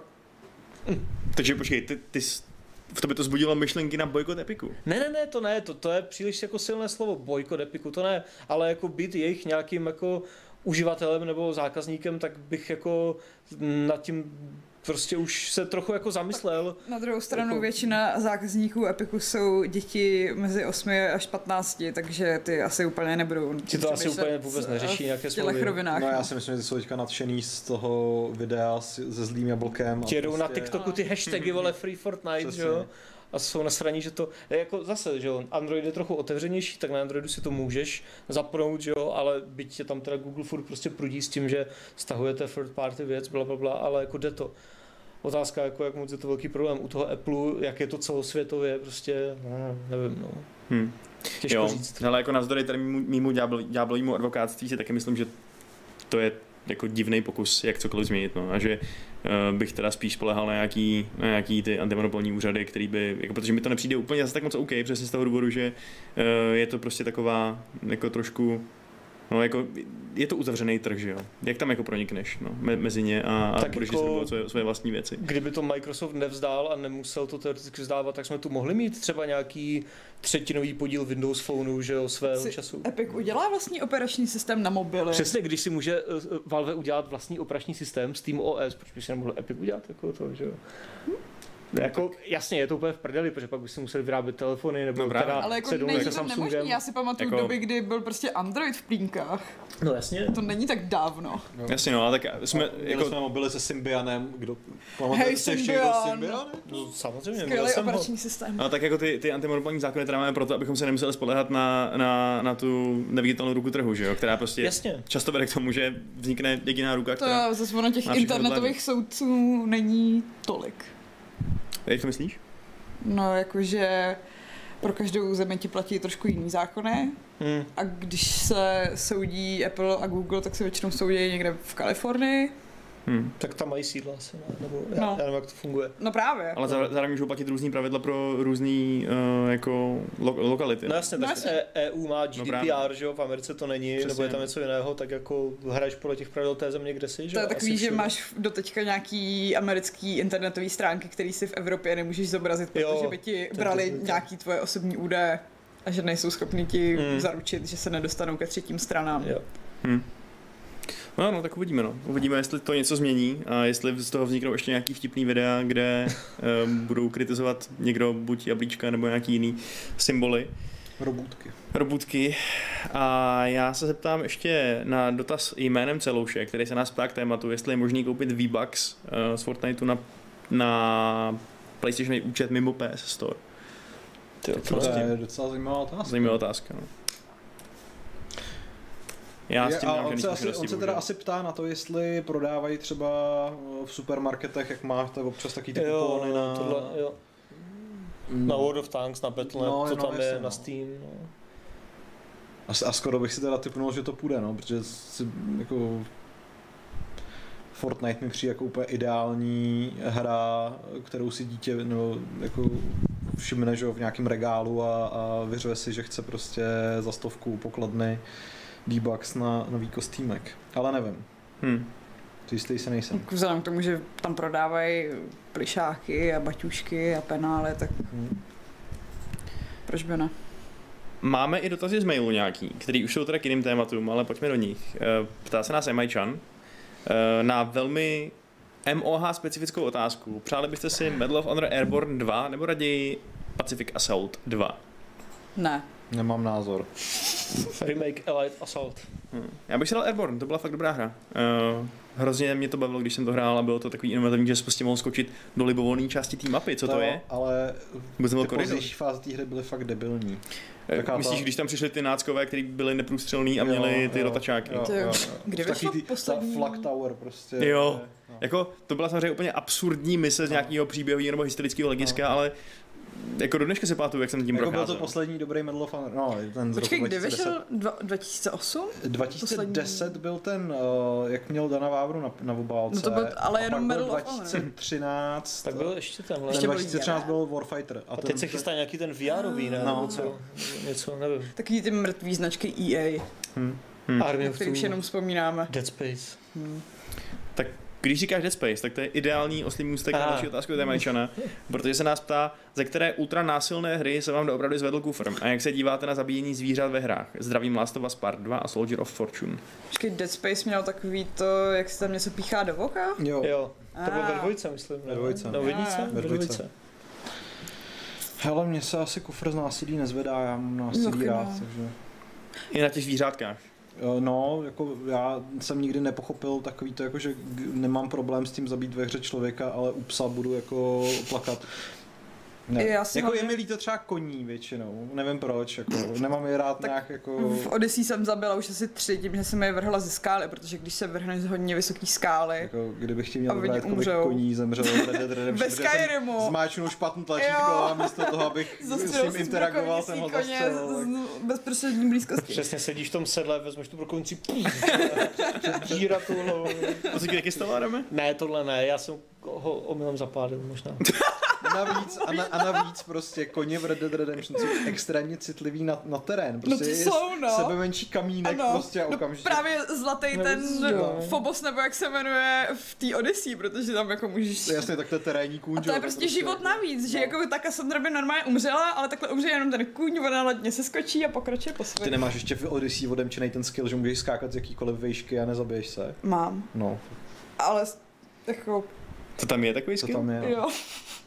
Hm. Takže počkej, ty, ty v tobě to zbudilo myšlenky na bojkot Epiku? Ne, ne, ne, to ne, to, to je příliš jako silné slovo, bojkot Epiku, to ne, ale jako být jejich nějakým jako uživatelem nebo zákazníkem, tak bych jako nad tím prostě už se trochu jako zamyslel. Na druhou stranu jako... většina zákazníků Epiku jsou děti mezi osmi až patnácti, takže ty asi úplně nebudou. Ti to asi úplně vůbec neřeší nějaké smlouvy. No já si myslím, že jsou teďka nadšený z toho videa se zlým jablkem. Ti jedou prostě... na TikToku ty hashtagy, vole, Free Fortnite, že jo? A jsou nasraní, že to je jako zase, že jo, Android je trochu otevřenější, tak na Androidu si to můžeš zapnout, že jo, ale byť tě tam teda Google furt prostě prudí s tím, že stahujete third party věc, blablabla, ale jako jde to. Otázka, jako jak moc je to velký problém u toho Apple, jak je to celosvětově, prostě, no, nevím, no. Hmm. Těžko jo, říct. Ale jako navzdory tady mýmu ďáblovému advokátství si taky myslím, že to je jako divný pokus, jak cokoliv změnit, no, a že uh, bych teda spíš spolehal na nějaký, na nějaký ty antimonopolní úřady, který by, jako, protože mi to nepřijde úplně zase tak moc OK, přesně z toho důvodu, že uh, je to prostě taková, jako trošku, no jako, je to uzavřený trh, že jo, jak tam jako pronikneš, no, me, mezi ně a, a budeš jako, distribuovat svoje, svoje vlastní věci. Kdyby to Microsoft nevzdál a nemusel to teoreticky vzdávat, tak jsme tu mohli mít třeba nějaký třetinový podíl Windows Phoneu, že jo, svého si času. Epic udělá vlastní operační systém na mobily. Přesně, když si může uh, Valve udělat vlastní operační systém Steam O S, proč by si nemohl Epic udělat jako to, že jo? Hm? Jako, jasně, je to úplně v prdeli, protože pak by si museli vyrábět telefony, nebo no teda ale jako se domluvit se Samsungem. Nemožný. Já si pamatuju jako... doby, kdy byl prostě Android v plínkách. No jasně. To není tak dávno. No. Jasně, no, ale tak jsme... No, jako jsme mobily se Symbianem, kdo... Hej, Symbian! No, samozřejmě. Skvělý operační systém. Ale tak jako ty, ty antimonopolní zákony teda máme proto, abychom se nemuseli spoléhat na, na, na tu neviditelnou ruku trhu, že jo, která prostě jasně. často vede k tomu, že vznikne jediná ruka, která... To zase ono těch internetových soudců není tolik. Jak to myslíš? No, jakože pro každou zemi ti platí trošku jiný zákony hmm. a když se soudí Apple a Google, tak se většinou soudí někde v Kalifornii. Hmm. Tak tam mají sídla asi, ne? Nebo já, no. já nevím, jak to funguje. No právě. Ale zároveň můžou platit různý pravidla pro různý uh, jako lo- lokality. No jasně, no tak jasně. E U má G D P R, no že jo, v Americe to není, přesně. Nebo je tam něco jiného, tak jako hraješ podle těch pravidel té země, kde jsi, že jo? jo? To je takový, že máš doteďka nějaký americký internetový stránky, který si v Evropě nemůžeš zobrazit, protože jo, by ti brali to, to, to. nějaký tvoje osobní údaje a že nejsou schopni ti hmm. zaručit, že se nedostanou ke třetím stranám. Jo. Hmm. No, no, tak uvidíme, no. Uvidíme, jestli to něco změní a jestli z toho vzniknou ještě nějaký vtipný videa, kde um, budou kritizovat někdo buď jablíčka nebo nějaký jiný symboly. Robůtky. Robůtky. A já se zeptám ještě na dotaz jménem Celouše, který se nás ptá k tématu, jestli je možný koupit V-Bucks uh, z Fortniteu na, na PlayStationový účet mimo P S Store. To, to, to je docela zajímavá otázka. Zajímavá otázka, no. Já s tím a nemám on se, asi, on se teda může. asi ptá na to, jestli prodávají třeba v supermarketech, jak máte občas taky ty kupony na... Tohle, jo. Na World of Tanks, na Battle net, no, to no, tam jasně, je no. na Steam. No. A, a skoro bych si teda tipnul, že to půjde, no, protože si, jako... Fortnite mi přijde jako úplně ideální hra, kterou si dítě nebo jako všimne, že v nějakém regálu a, a vyřve si, že chce prostě za stovku pokladny V-Bucks na nový kostýmek. Ale nevím. Hmm. Jistý se nejsem. Vzhledem k tomu, že tam prodávají plišáky a baťušky a penále, tak hmm. proč by ne? Máme i dotazy z mailu nějaký, který už jsou teda k jiným tématům, ale pojďme do nich. Ptá se nás Emajčan na velmi M O H specifickou otázku. Přáli byste si Medal of Honor Airborne dva nebo raději Pacific Assault dva? Ne. Nemám názor. Remake Elite Assault. Hmm. Já bych si dal Airborne, to byla fakt dobrá hra. Uh, hrozně mě to bavilo, když jsem to hrál a bylo to takový inovativní, že jsi prostě mohl skočit do libovolné části té mapy. Co to, to je? Ale ty pozdější fáze té hry byly fakt debilní. Taká Myslíš, ta... když tam přišli ty náckové, který byly neprůstřelný a měli jo, ty jo, rotačáky? Jo, jo, jo. Kde vyšlo poslední? Flak Tower prostě. Jo, no. Jako to byla samozřejmě úplně absurdní mise z nějakého příběhového nebo historického hlediska, no. ale jako do dneška si pamatuju, jak jsem tím Jako byl procházel. to poslední dobrý Medal of Honor, no, ten z Počkej, roku kdy dva tisíce deset. vyšel? Dva, dva tisíce osm? dva tisíce deset byl ten, uh, jak měl Dana Vávru na, na obálce. No to byl ale a jenom pak byl Medal of Honor. dva tisíce třináct. Tak byl ještě tenhle. Ten Ještě byl dva tisíce třináct jiný. byl Warfighter. A ten, teď se chystá nějaký ten V R-ový, ne? No. Nebo co? Něco, nevím. Takový ty mrtvý značky E A, Hm. Hmm. Army na of který už Two, jenom vzpomínáme. Dead Space. Hmm. Tak když říkáš Dead Space, tak to je ideální oslý můstek na Aha. další otázku od Američana, protože se nás ptá, ze které ultranásilné hry se vám doopravdy zvedl kufr a jak se díváte na zabíjení zvířat ve hrách. Zdravím Last of Us Part dva a Soldier of Fortune. Počkej, Dead Space měl takový to, jak se tam něco píchá do voka? Jo. Jo, to bylo Ah. ve dvojce, myslím. Ve dvojce. No, ve dvojce? Ah. Ve dvojce. Hele, mně se asi kufr z násilí nezvedá, já mám násilí Taky rád, ne. takže... I na těch zvířátkách. Eh, No, jako já jsem nikdy nepochopil takový to, jako, že g- nemám problém s tím zabít ve hře člověka, ale u psa budu jako plakat. Ne. Já si Jako hlavně- je mi líto třeba koní většinou, nevím proč, jako, nemám je rád Tak nějak jako... V Odyssey jsem zabila už asi tři tím, že jsem je vrhla ze skály, protože když se vrhneš z hodně vysoký skály, Jako, kdybych ti A měl oni vybrat, kolik umřou. koní zemřelo v Red Dead Redemption, ve protože jsem Skyrimu zmáčknul špatný tlačítko Jo. a místo toho, abych s zastřelil ním si interagoval, jsem ho koně zastřelil. z, tak- z bezprostřední blízkosti. Přesně sedíš v tom sedle, vezmeš tu brokovnici, díra tu hlavu. To si taky stalo, Adame? Ne, tohle ne, já jsem ho omylem zapádil možná. A navíc, a, na, a navíc prostě koně v Red Dead Redemption jsou extrémně citlivý na, na terén. Prostě to je jsou, no. sebe menší kamínek Ano, prostě a no okamžitě. právě zlatý No, ten jo. Phobos, nebo jak se jmenuje v té Odyssey, protože tam jako můžeš... Jasně, tak to je terénní kůň. A to je prostě život navíc, že no. jako ta Cassandra by normálně umřela, ale takhle umře jenom ten kůň, ona ladně se skočí a pokračuje po Ty svém. nemáš ještě v Odyssey odemčenej ten skill, že můžeš skákat z jakýkoliv vejšky a nezabiješ se? Mám, No, ale jako, To tam je takový to skill? tam je. no. jo.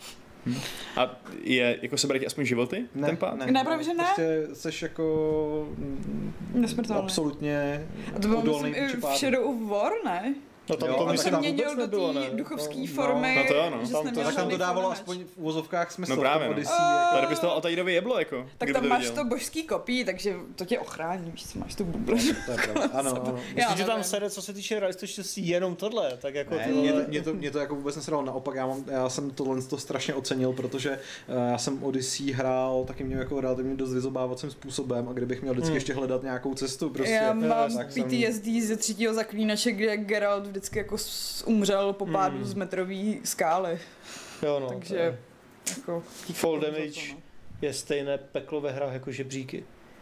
A je, jako sebrat aspoň životy? Ne, ten pád? ne, Ne, právě že ne. Prostě jsi jako mm, Nesmrtelný. absolutně A to bylo odolný myslím i vůči v pádu. Shadow of War, ne? No tam Jo, to ale On myslím se tam měnil vůbec do nebylo, té ne? duchovské No, formy, no to jo, no. že jsi Tam to- neměl Tak tam to žádný dávalo formeč. aspoň v uvozovkách smysl. No v tom právě, no. Odyssey, A- jako. Tady bys to Altairovi jeblo, jako. Tak kdyby tam to máš viděl. to božský kopí, takže to tě ochrání, víš co, máš tu bublinu. To je pravda. Ano, ano. Já Myslím, že tam nevím. sede, co se týče realističnosti, jenom tohle, tak jako Ne, tohle... mě, to, mě, to, mě to jako vůbec nesralo, naopak já, mám, já jsem tohle to strašně ocenil, protože uh, já jsem Odyssey hrál taky mě jako relativně dost vyzobávacím způsobem a kdybych měl vždycky Hmm. ještě hledat nějakou cestu, prostě. Já mám tak jsem- P T S D ze třetího zaklínače, kde Geralt vždycky jako s- umřel po pádu Hmm. z metrový skály, Jo, no, takže to je- jako... Fall za to, damage no. je stejné peklo ve hrách jako žebříky.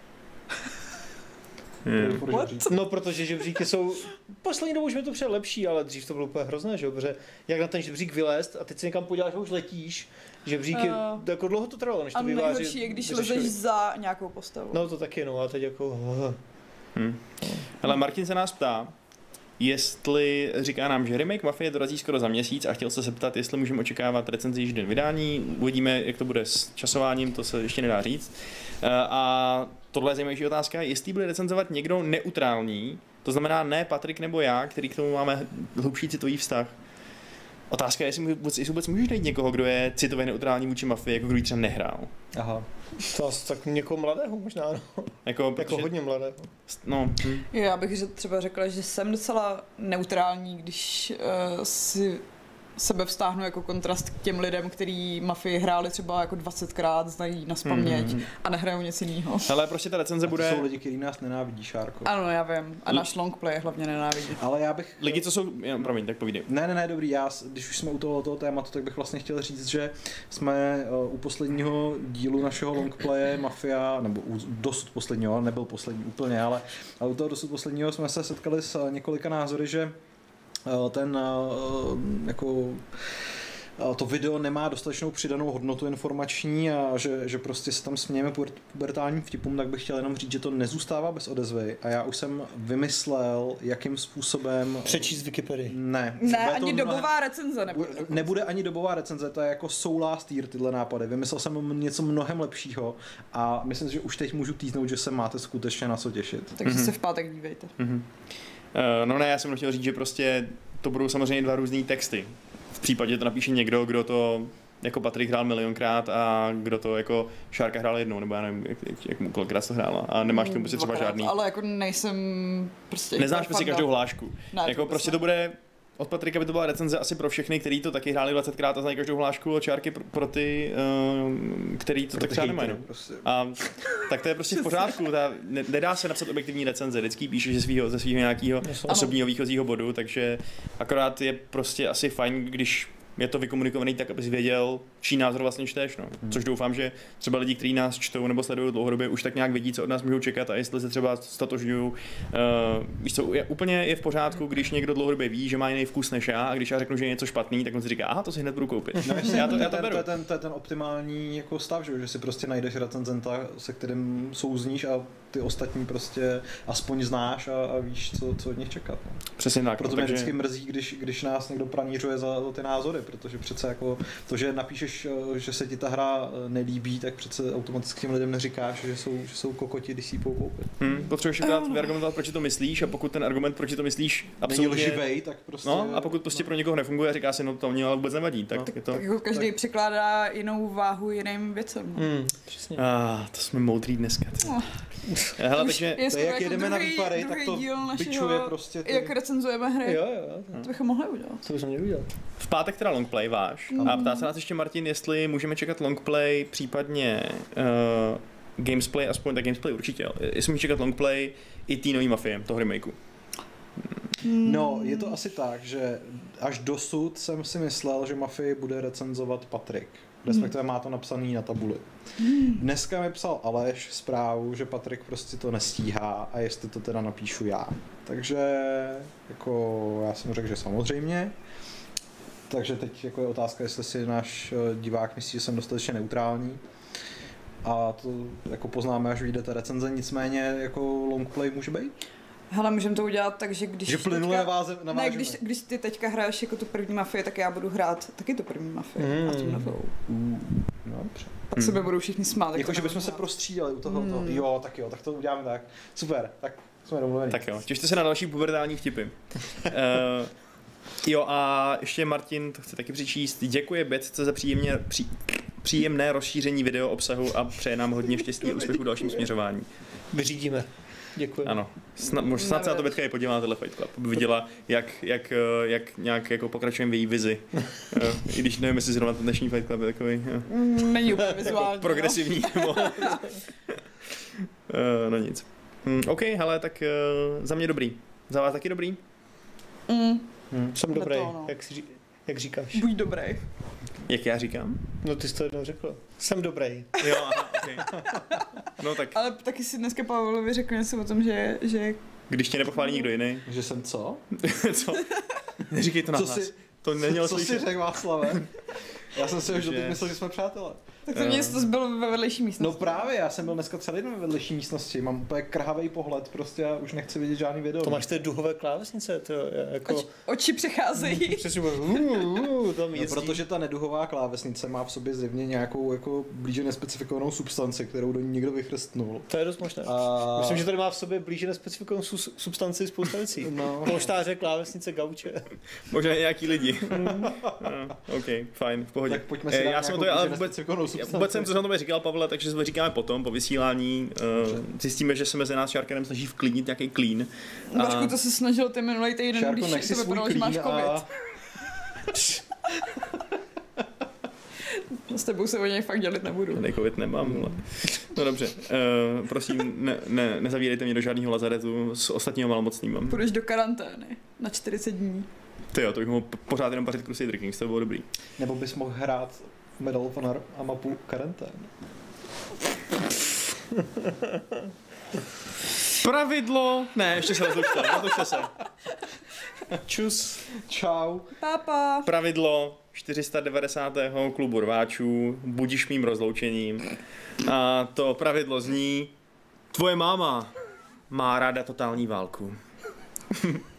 Hmm. Furt What? žebřík. No, protože žebříky jsou... Poslední dobou už mi to přijde lepší, ale dřív to bylo úplně hrozné, že jo? Protože jak na ten žebřík vylézt a teď se někam podíváš a už letíš, žebříky, Uh, jako dlouho to trvalo, než to A vývojáři nejhorší je, když vyřešili. lezeš za nějakou postavu. No to taky, no a teď jako... Hmm. Ale Martin se nás ptá, jestli říká nám, že remake Mafie dorazí skoro za měsíc a chtěl se zeptat, jestli můžeme očekávat recenzi již den vydání. Uvidíme, jak to bude s časováním, to se ještě nedá říct. Eh, A tohle je zajímavější otázka, jestli bude recenzovat někdo neutrální, to znamená ne Patrik nebo já, který k tomu máme hlubší citový vztah. Otázka je, jestli vůbec, jestli vůbec můžeš najít někoho, kdo je citově neutrální vůči Mafii, jako kdo ji třeba nehrál. Aha. To asi tak někoho mladého možná, no. Jako, Jako protože, hodně mladého. no, hm. Jo, já bych že třeba řekla, že jsem docela neutrální, když uh, si sebe vztáhnu jako kontrast k těm lidem, kteří Mafii hráli třeba jako dvacetkrát, znají naspaměť Mhm. a nehrajou nic jiného. Ale prostě ta recenze A to bude... jsou lidi, kteří nás nenávidí, Šárko. Ano, já vím. A náš longplay hlavně nenávidí. Ale já bych... Lidi, co jsou... Jo, promiň, tak povídej. Ne, ne, ne, dobrý, já, s- když už jsme u toho, toho tématu, tak bych vlastně chtěl říct, že jsme uh, u posledního dílu našeho longplaye Mafia, nebo u dosud posledního, nebyl poslední úplně, ale, ale u toho dosud posledního jsme se setkali s uh, několika názory, že uh, ten uh, jako to video nemá dostatečnou přidanou hodnotu informační a že, že prostě se tam smějeme pubertálním vtipům, tak bych chtěl jenom říct, že to nezůstává bez odezvy a já už jsem vymyslel, jakým způsobem... Přečíst Wikipedii. Ne. Ne, Bude to ani mnohem- dobová recenze nebude. Bu- Nebude ani dobová recenze, to je jako soulas týr tyhle nápady. Vymyslel jsem něco mnohem lepšího a myslím, že už teď můžu týznout, že se máte skutečně na co těšit. Takže Mhm. se v pátek dívejte. Mhm. Uh, no ne, já jsem chtěl říct, že prostě to budou samozřejmě dva různý texty. V případě, že to napíše někdo, kdo to jako Patrik hrál milionkrát a kdo to jako Šárka hrál jednou, nebo já nevím, jak, jak, jak mu kolikrát to hrála. A nemáš k tomu prostě třeba Dvakrát, žádný... Ale jako nejsem prostě... Neznáš hyper prostě fanda. každou hlášku. Ne, jako vůbec prostě ne. to bude od Patrika by to byla recenze asi pro všechny, kteří to taky hráli dvacetkrát a znají každou hlášku od čárky pro, pro ty, uh, který to Pro tak ty třeba hejtery, nemají. No. prostě. A tak to je prostě v pořádku, ta, ne, nedá se napsat objektivní recenze, vždycky píšeš ze svého ze svého nějakého osobního výchozího bodu, takže akorát je prostě asi fajn, když je to vykomunikovaný tak, abys věděl, čí názor vlastně čteš, no. Hmm. Což doufám, že třeba lidi, kteří nás čtou nebo sledují dlouhodobě, už tak nějak vědí, co od nás můžou čekat a jestli se třeba statožňují. Uh, víš co, je, úplně je v pořádku, když někdo dlouhodobě ví, že má jiný vkus než já, a když já řeknu, že je něco špatný, tak on si říká, aha, to si hned budu koupit. No, jasně, já to, to, já to ten, beru. to, je ten, to je ten optimální jako stav, že, že si prostě najdeš recenzenta, se kterým souzníš a ty ostatní prostě aspoň znáš a, a víš, co, co od nich čekat. No. Přesně tak. Proto no, mě takže... vždycky mrzí, když, když nás někdo pranířuje za, za ty názory, protože přece jako to, že napíšeš, že se ti ta hra nelíbí, tak přece automaticky těm lidem neříkáš, že jsou, že jsou kokoti, když si ji budou koupit. Hmm, potřebuješ akorát vyargumentovat, proč to myslíš, a pokud ten argument, proč to myslíš, absolutně... Není lživej, tak prostě... No, a pokud prostě no. pro někoho nefunguje a říká si, no to mě ale vůbec nevadí, tak No. je to... Tak jako každý tak. překládá jinou váhu jiným věcem. Hmm, přesně. Ah, to jsme moudrý dneska. No. Hele, Už takže... je To je, jak jako jedeme na druhý- výpary, tak druhý to díl našeho, bičuje prostě ty... jak recenzujeme hry. Jo, jo, jo. To bychom mohli udělat. To bychom měli udělat. V pátek teda longplay váš. Mm. A ptá se nás ještě Martin, jestli můžeme čekat longplay, případně uh, gamesplay, aspoň tak gamesplay určitě. Jestli můžeme čekat longplay i té nový Mafie, toho remakeu. No, je to asi tak, že až dosud jsem si myslel, že Mafii bude recenzovat Patrik. Respektive má to napsaný na tabuli. Dneska mi psal Aleš zprávu, že Patrik prostě to nestíhá a jestli to teda napíšu já. Takže jako já jsem řekl, že samozřejmě. Takže teď jako je otázka, jestli si náš divák myslí, že jsem dostatečně neutrální. A to jako poznáme, až vyjde ta recenze, nicméně jako longplay může být. Hele, můžeme to udělat tak, že když Že plynule naváze, Ne, navážeme. když, když ty teďka hraješ jako tu první Mafii, tak já budu hrát taky tu první Mafii Mm. a tu novou. Uh, no, dobře. Pak se mi budou všichni smát. jak Jako, to že bychom nebudu se hrát. prostřídali u toho, Hmm. toho. Jo, tak jo, tak to uděláme tak. Super, tak jsme domluveni. Tak jo, těšte se na další pubertální vtipy. uh, jo a ještě Martin, to chce taky přečíst, děkuje Betce za příjemně, pří, příjemné rozšíření video obsahu a přeje nám hodně štěstí a úspěchu v dalším směřování. Vyřídíme. Děkuji. Ano, snad, možná snad se na to Betka i podívá na tenhle Fight Club, aby viděla, jak, jak, eh, jak nějak jako pokračujeme v její vizi. Eh, I když nevím, jestli zrovna ten dnešní Fight Club je takový eh, Mm, Není úplně vizuální. jako progresivní. Nebo... eh, no nic. Hm, OK, hele, tak eh, za mě dobrý. Za vás taky dobrý? No. Mm, Hmm. Jsem Na dobrý, to, no. jak, si, ří- jak říkáš. buď dobrý. Jak já říkám? No ty jsi to jednou řekl. Jsem dobrý. Jo, aha, okay. No tak, Ale taky si dneska Pavlovi řekl něco o tom, že, že když tě nepochválí někdo jiný, Že jsem co? co? Neříkej to na Co hlas. si- To nemělo Co jsi slyšet. řekl, Václave? Já jsem si už Že- doteď myslel, že jsme přátelé. tak to mě to bylo ve vedlejší No místnosti. právě, já jsem byl dneska celý den ve vedlejší místnosti, mám úplně krhavej pohled, prostě já už nechci vidět žádný video. To máš ty duhové klávesnice, to je jako... Oči, oči přecházejí. Přesně, uh, tam No, jezdí. protože ta neduhová klávesnice má v sobě zjevně nějakou jako blíže nespecifikovanou substanci, kterou do ní někdo vychrstnul. To je dost možné. A... Myslím, že tady má v sobě blíže nespecifikovanou su- substanci spousta věcí. No. Polštáře, klávesnice, gauče. Možná i nějaký lidi. no, OK, fajn, v pohodě. Tak pojďme si Eh, dát já jsem nějakou to ale blíže vůbec, nespecifikovanou já substanci. vůbec jsem to na tobě říkal, Pavle, takže si to říkáme potom, po vysílání. Uh, zjistíme, že se mezi nás Šárkanem snaží vklidnit nějaký clean. Vašku, to se snažil ty minulý týden, Šárko, nech když si to svůj vypadalo, že máš klín covid. a... S tebou se o něj fakt dělit nebudu. Tady covid nemám, ale... No dobře, uh, prosím, ne, ne, nezavírejte mě do žádného lazaretu s ostatními malomocnými. Půjdeš do karantény na čtyřicet dní. Ty jo, to bych mohl pořád jenom pařit Crusader Kings, to bylo dobrý. Nebo bys mohl hrát Medal of Honor a mapu karantén. Pravidlo... Ne, ještě se rozlučte, rozlučte se. Čus. Čau. Pápa. Pravidlo čtyři sta devadesátého klubu rváčů, budiš mým rozloučením. A to pravidlo zní: tvoje máma má ráda totální válku.